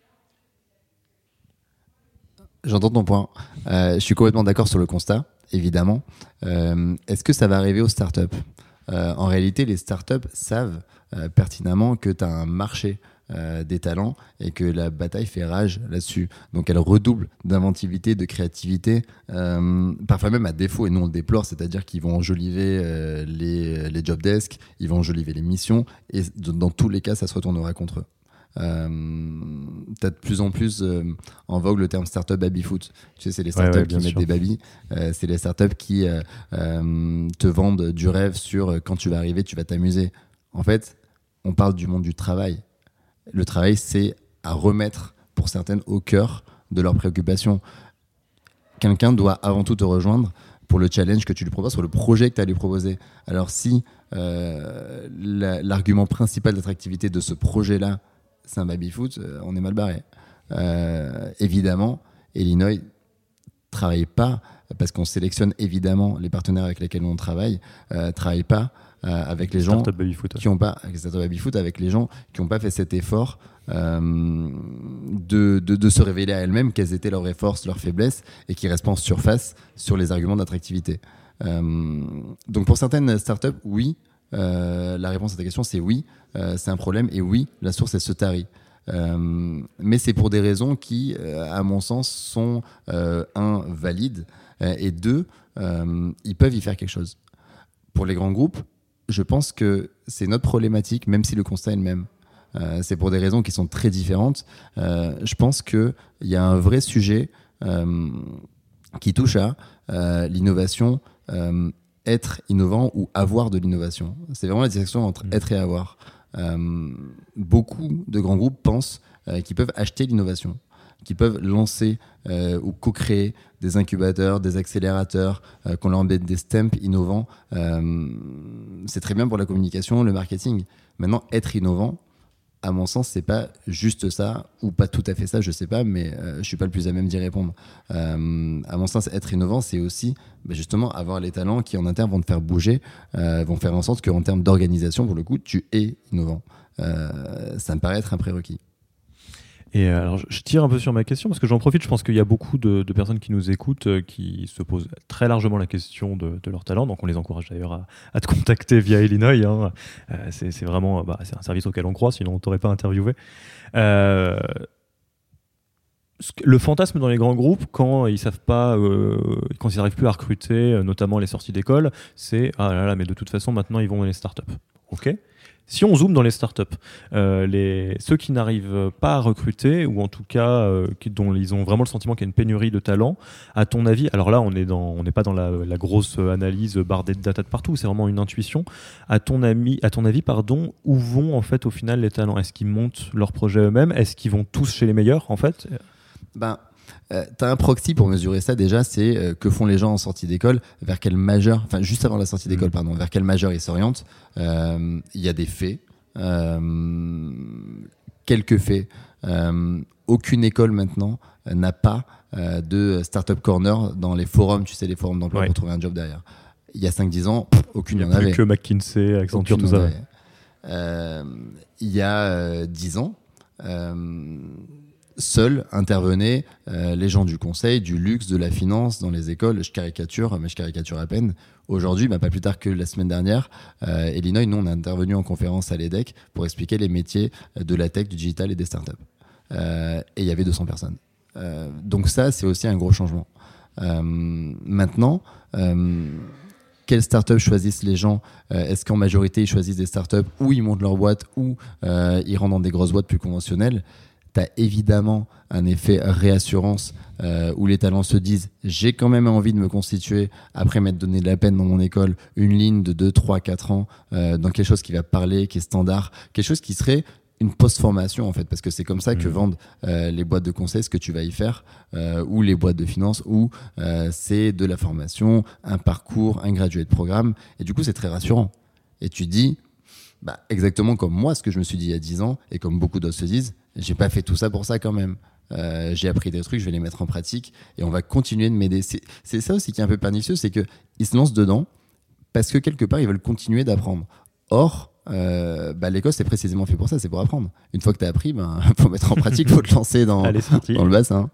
J'entends ton point. Euh, je suis complètement d'accord sur le constat, évidemment. Euh, est-ce que ça va arriver aux startups ? Euh, en réalité, les startups savent euh, pertinemment que tu as un marché euh, des talents et que la bataille fait rage là-dessus. Donc, elles redoublent d'inventivité, de créativité, euh, parfois même à défaut, et nous on le déplore, c'est-à-dire qu'ils vont enjoliver euh, les, les job desks, ils vont enjoliver les missions, et dans tous les cas, ça se retournera contre eux. Euh, tu as de plus en plus euh, en vogue le terme startup baby-foot. Tu sais, c'est les startups ouais, ouais, qui mettent sûr. des babys. Euh, c'est les startups qui euh, euh, te vendent du rêve sur euh, quand tu vas arriver, tu vas t'amuser. En fait, on parle du monde du travail. Le travail, c'est à remettre pour certaines au cœur de leurs préoccupations. Quelqu'un doit avant tout te rejoindre pour le challenge que tu lui proposes, pour le projet que tu as à lui proposer. Alors si euh, la, l'argument principal d'attractivité de ce projet-là, c'est un baby-foot, euh, on est mal barré. Euh, évidemment, Illinois ne travaille pas, parce qu'on sélectionne évidemment les partenaires avec lesquels on travaille, euh, travaille pas euh, avec les gens qui n'ont pas, avec Startup Baby-Foot, avec les gens qui n'ont pas fait cet effort euh, de, de, de se révéler à elles-mêmes quelles étaient leurs forces, leurs faiblesses, et qui restent en surface sur les arguments d'attractivité. Euh, donc pour certaines startups, oui, euh, la réponse à ta question c'est oui, euh, c'est un problème, et oui, la source elle se tarit. Euh, mais c'est pour des raisons qui, euh, à mon sens, sont euh, un, valides, euh, et deux, euh, ils peuvent y faire quelque chose. Pour les grands groupes, je pense que c'est notre problématique, même si le constat est le même. Euh, c'est pour des raisons qui sont très différentes. Euh, je pense qu'il y a un vrai sujet euh, qui touche à euh, l'innovation, euh, être innovant ou avoir de l'innovation. C'est vraiment la distinction entre mmh. être et avoir. Euh, beaucoup de grands groupes pensent euh, qu'ils peuvent acheter l'innovation, qu'ils peuvent lancer euh, ou co-créer des incubateurs, des accélérateurs, euh, qu'on leur embête des stamps innovants. Euh, c'est très bien pour la communication, le marketing. Maintenant, être innovant, à mon sens, c'est pas juste ça, ou pas tout à fait ça, je sais pas, mais euh, je suis pas le plus à même d'y répondre. Euh, à mon sens, être innovant, c'est aussi bah, justement avoir les talents qui en interne vont te faire bouger, euh, vont faire en sorte qu'en termes d'organisation, pour le coup, tu es innovant. Euh, ça me paraît être un prérequis. Et alors, je tire un peu sur ma question parce que j'en profite. Je pense qu'il y a beaucoup de, de personnes qui nous écoutent euh, qui se posent très largement la question de, de leur talent. Donc, on les encourage d'ailleurs à, à te contacter via Illinois. Hein. Euh, c'est, c'est vraiment bah, c'est un service auquel on croit, sinon on ne t'aurait pas interviewé. Euh, le fantasme dans les grands groupes, quand ils savent pas, euh, quand ils n'arrivent plus à recruter, notamment les sorties d'école, c'est ah là là, mais de toute façon, maintenant ils vont dans les startups. Ok. Si on zoome dans les startups, euh, les, ceux qui n'arrivent pas à recruter, ou en tout cas euh, qui, dont ils ont vraiment le sentiment qu'il y a une pénurie de talent, à ton avis, alors là on est dans, on n'est pas dans la, la grosse analyse bardée de data de partout, c'est vraiment une intuition. À ton, ami, à ton avis, pardon, où vont en fait au final les talents ? Est-ce qu'ils montent leurs projets eux-mêmes ? Est-ce qu'ils vont tous chez les meilleurs en fait ? Ben, euh, t'as un proxy pour mesurer ça déjà, c'est euh, que font les gens en sortie d'école, vers quel majeur, enfin juste avant la sortie d'école, mmh. pardon, vers quel majeur ils s'orientent. Il euh, y a des faits, euh, quelques faits. Euh, aucune école maintenant euh, n'a pas euh, de startup corner dans les forums, tu sais, les forums d'emploi ouais. pour trouver un job derrière. Il y a cinq dix ans, pff, aucune n'en avait. Il n'y a plus que McKinsey, Accenture, tout ça. Euh, il y a euh, dix ans, euh, seuls intervenaient euh, les gens du conseil, du luxe, de la finance dans les écoles. Je caricature, mais je caricature à peine. Aujourd'hui, bah, pas plus tard que la semaine dernière, euh, Illinois, nous, on est intervenu en conférence à l'E D E C pour expliquer les métiers de la tech, du digital et des startups. Euh, et il y avait deux cents personnes. Euh, donc ça, c'est aussi un gros changement. Euh, maintenant, euh, quelles startups choisissent les gens ? euh, Est-ce qu'en majorité, ils choisissent des startups où ils montent leur boîte ou euh, ils rentrent dans des grosses boîtes plus conventionnelles ? Tu as évidemment un effet réassurance euh, où les talents se disent « j'ai quand même envie de me constituer, après m'être donné de la peine dans mon école, une ligne de deux, trois, quatre ans euh, dans quelque chose qui va parler, qui est standard, quelque chose qui serait une post-formation en fait, parce que c'est comme ça mmh. que vendent euh, les boîtes de conseil, ce que tu vas y faire, euh, ou les boîtes de finance, où euh, c'est de la formation, un parcours, un graduate programme, et du coup c'est très rassurant. Et tu dis, bah, exactement comme moi, ce que je me suis dit il y a dix ans, et comme beaucoup d'autres se disent, j'ai pas fait tout ça pour ça quand même. Euh, j'ai appris des trucs, je vais les mettre en pratique et on va continuer de m'aider. C'est, c'est ça aussi qui est un peu pernicieux, c'est qu'ils se lancent dedans parce que quelque part ils veulent continuer d'apprendre. Or, euh, bah, l'école c'est précisément fait pour ça, c'est pour apprendre. Une fois que tu as appris, ben, faut mettre en pratique, faut te lancer dans, Allez, dans le bassin.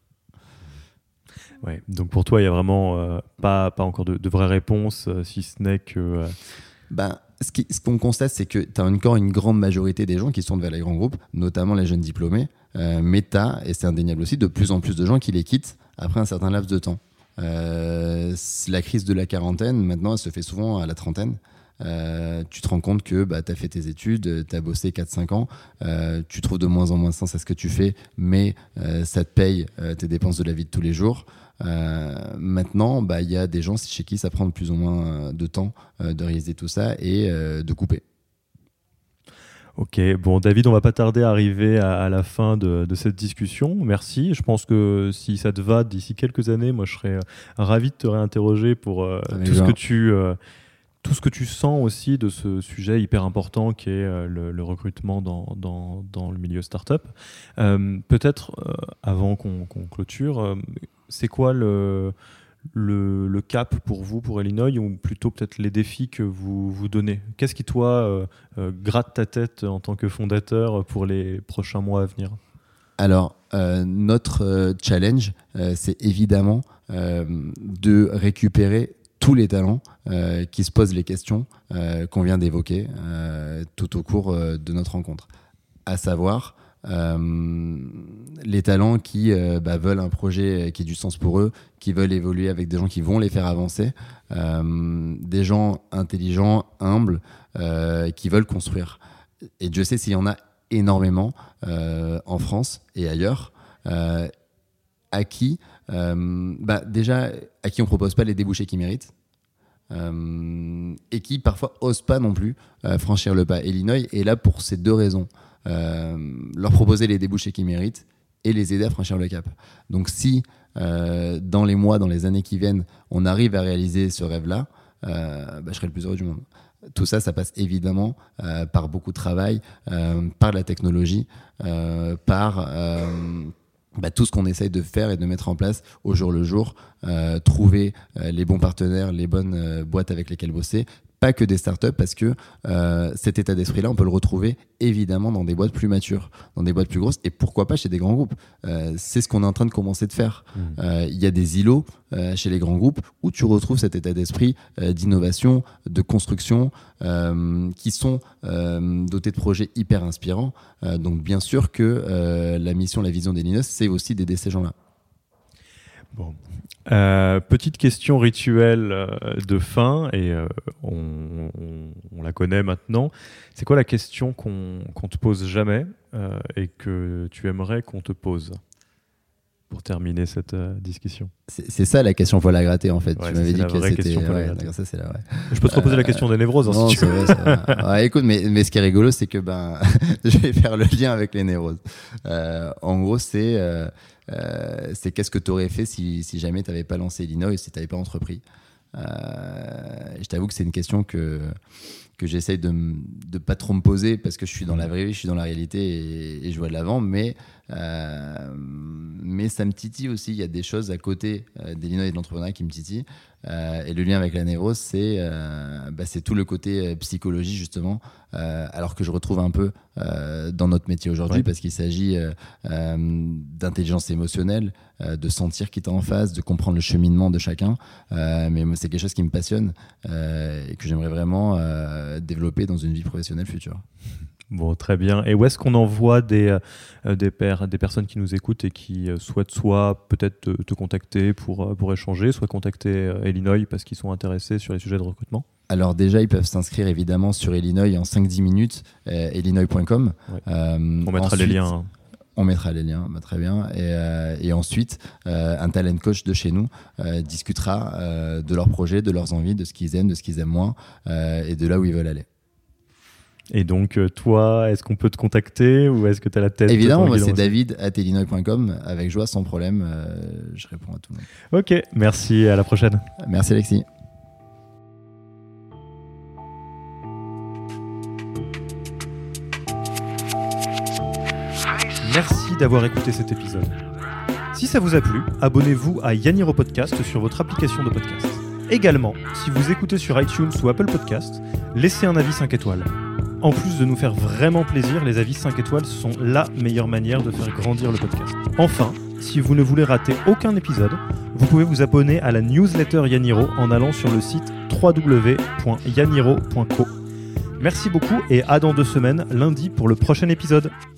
Ouais, donc pour toi, il n'y a vraiment euh, pas, pas encore de, de vraies réponses, euh, si ce n'est que... Euh... Ben, ce, qui, ce qu'on constate, c'est que tu as encore une grande majorité des gens qui sont vers les grands groupes, notamment les jeunes diplômés, euh, mais tu as, et c'est indéniable aussi, de plus en plus de gens qui les quittent après un certain laps de temps. Euh, la crise de la quarantaine, maintenant, elle se fait souvent à la trentaine. euh, tu te rends compte que bah, tu as fait tes études, tu as bossé quatre cinq ans, euh, tu trouves de moins en moins de sens à ce que tu fais, mais euh, ça te paye euh, tes dépenses de la vie de tous les jours. Euh, maintenant, bah, y a des gens chez qui ça prend plus ou moins de temps euh, de réaliser tout ça et euh, de couper. Ok, bon David, on va pas tarder à arriver à, à la fin de, de cette discussion. Merci. Je pense que si ça te va, d'ici quelques années, moi je serais ravi de te réinterroger pour euh, tout ce que tu euh, tout ce que tu sens aussi de ce sujet hyper important qui est euh, le, le recrutement dans, dans, dans le milieu startup. Euh, peut-être euh, avant qu'on, qu'on clôture, euh, c'est quoi le Le, le cap pour vous, pour Illinois, ou plutôt peut-être les défis que vous vous donnez? Qu'est-ce qui, toi, euh, euh, gratte ta tête en tant que fondateur pour les prochains mois à venir? Alors, euh, notre euh, challenge, euh, c'est évidemment euh, de récupérer tous les talents euh, qui se posent les questions euh, qu'on vient d'évoquer euh, tout au cours euh, de notre rencontre. À savoir, Euh, les talents qui euh, bah, veulent un projet qui ait du sens pour eux, qui veulent évoluer avec des gens qui vont les faire avancer, euh, des gens intelligents, humbles, euh, qui veulent construire. Et Dieu sait s'il y en a énormément euh, en France et ailleurs, euh, à qui, euh, bah, déjà, à qui on ne propose pas les débouchés qu'ils méritent. Euh, et qui parfois osent pas non plus euh, franchir le pas. Illinois est là pour ces deux raisons. Euh, leur proposer les débouchés qu'ils méritent et les aider à franchir le cap. Donc si euh, dans les mois, dans les années qui viennent, on arrive à réaliser ce rêve-là, euh, bah, je serai le plus heureux du monde. Tout ça, ça passe évidemment euh, par beaucoup de travail, euh, par la technologie, euh, par euh, bah, tout ce qu'on essaye de faire et de mettre en place au jour le jour, euh, trouver euh, les bons partenaires, les bonnes euh, boîtes avec lesquelles bosser. Pas que des startups, parce que euh, cet état d'esprit-là, on peut le retrouver évidemment dans des boîtes plus matures, dans des boîtes plus grosses, et pourquoi pas chez des grands groupes. Euh, c'est ce qu'on est en train de commencer de faire. Il mmh. euh, y a des îlots euh, chez les grands groupes où tu retrouves cet état d'esprit euh, d'innovation, de construction, euh, qui sont euh, dotés de projets hyper inspirants. Euh, donc bien sûr que euh, la mission, la vision d'Illinois, c'est aussi d'aider ces gens-là. Bon. Euh, petite question rituelle euh, de fin, et euh, on, on, on la connaît maintenant. C'est quoi la question qu'on qu'on te pose jamais euh, et que tu aimerais qu'on te pose pour terminer cette euh, discussion? C'est, c'est ça la question poil à gratter en fait. Ouais, tu m'avais dit que c'était. Ouais, ça, c'est la vraie. Je peux te reposer euh, la question des névroses. Hein, non, si tu c'est veux. vrai, c'est vrai. Ouais, écoute, mais, mais ce qui est rigolo, c'est que ben, je vais faire le lien avec les névroses. Euh, en gros, c'est. Euh, Euh, c'est qu'est-ce que tu aurais fait si, si jamais tu n'avais pas lancé Illinois et si tu n'avais pas entrepris. Euh, je t'avoue que c'est une question que, que j'essaye de ne pas trop me poser parce que je suis dans la vraie vie, je suis dans la réalité et, et je vois de l'avant, mais, euh, mais ça me titille aussi. Il y a des choses à côté euh, d'Illinois et de l'entrepreneuriat qui me titillent. Euh, et le lien avec la névrose, c'est, euh, bah, c'est tout le côté euh, psychologie, justement, euh, alors que je retrouve un peu euh, dans notre métier aujourd'hui, ouais. Parce qu'il s'agit euh, euh, d'intelligence émotionnelle, euh, de sentir qui t'es en face, de comprendre le cheminement de chacun. Euh, mais c'est quelque chose qui me passionne euh, et que j'aimerais vraiment euh, développer dans une vie professionnelle future. Bon, très bien. Et où est-ce qu'on envoie des, euh, des, pères, des personnes qui nous écoutent et qui euh, souhaitent soit peut-être te, te contacter pour, pour échanger, soit contacter euh, Illinois parce qu'ils sont intéressés sur les sujets de recrutement? Alors déjà, ils peuvent s'inscrire évidemment sur Illinois en cinq à dix minutes, euh, illinois point com. Ouais. Euh, on mettra ensuite, les liens. Hein. On mettra les liens, bah, très bien. Et, euh, et ensuite, euh, un talent coach de chez nous euh, discutera euh, de leurs projets, de leurs envies, de ce qu'ils aiment, de ce qu'ils aiment moins euh, et de là où ils veulent aller. Et donc, toi, est-ce qu'on peut te contacter ou est-ce que tu as la tête? Évidemment, moi, c'est david arobase illinois point com. Avec joie, sans problème, euh, je réponds à tout le monde. Ok, merci, à la prochaine. Merci Alexis. Merci d'avoir écouté cet épisode. Si ça vous a plu, abonnez-vous à Yaniro Podcast sur votre application de podcast. Également, si vous écoutez sur iTunes ou Apple Podcast, laissez un avis cinq étoiles. En plus de nous faire vraiment plaisir, les avis cinq étoiles sont la meilleure manière de faire grandir le podcast. Enfin, si vous ne voulez rater aucun épisode, vous pouvez vous abonner à la newsletter Yaniro en allant sur le site w w w point yaniro point co. Merci beaucoup et à dans deux semaines, lundi, pour le prochain épisode.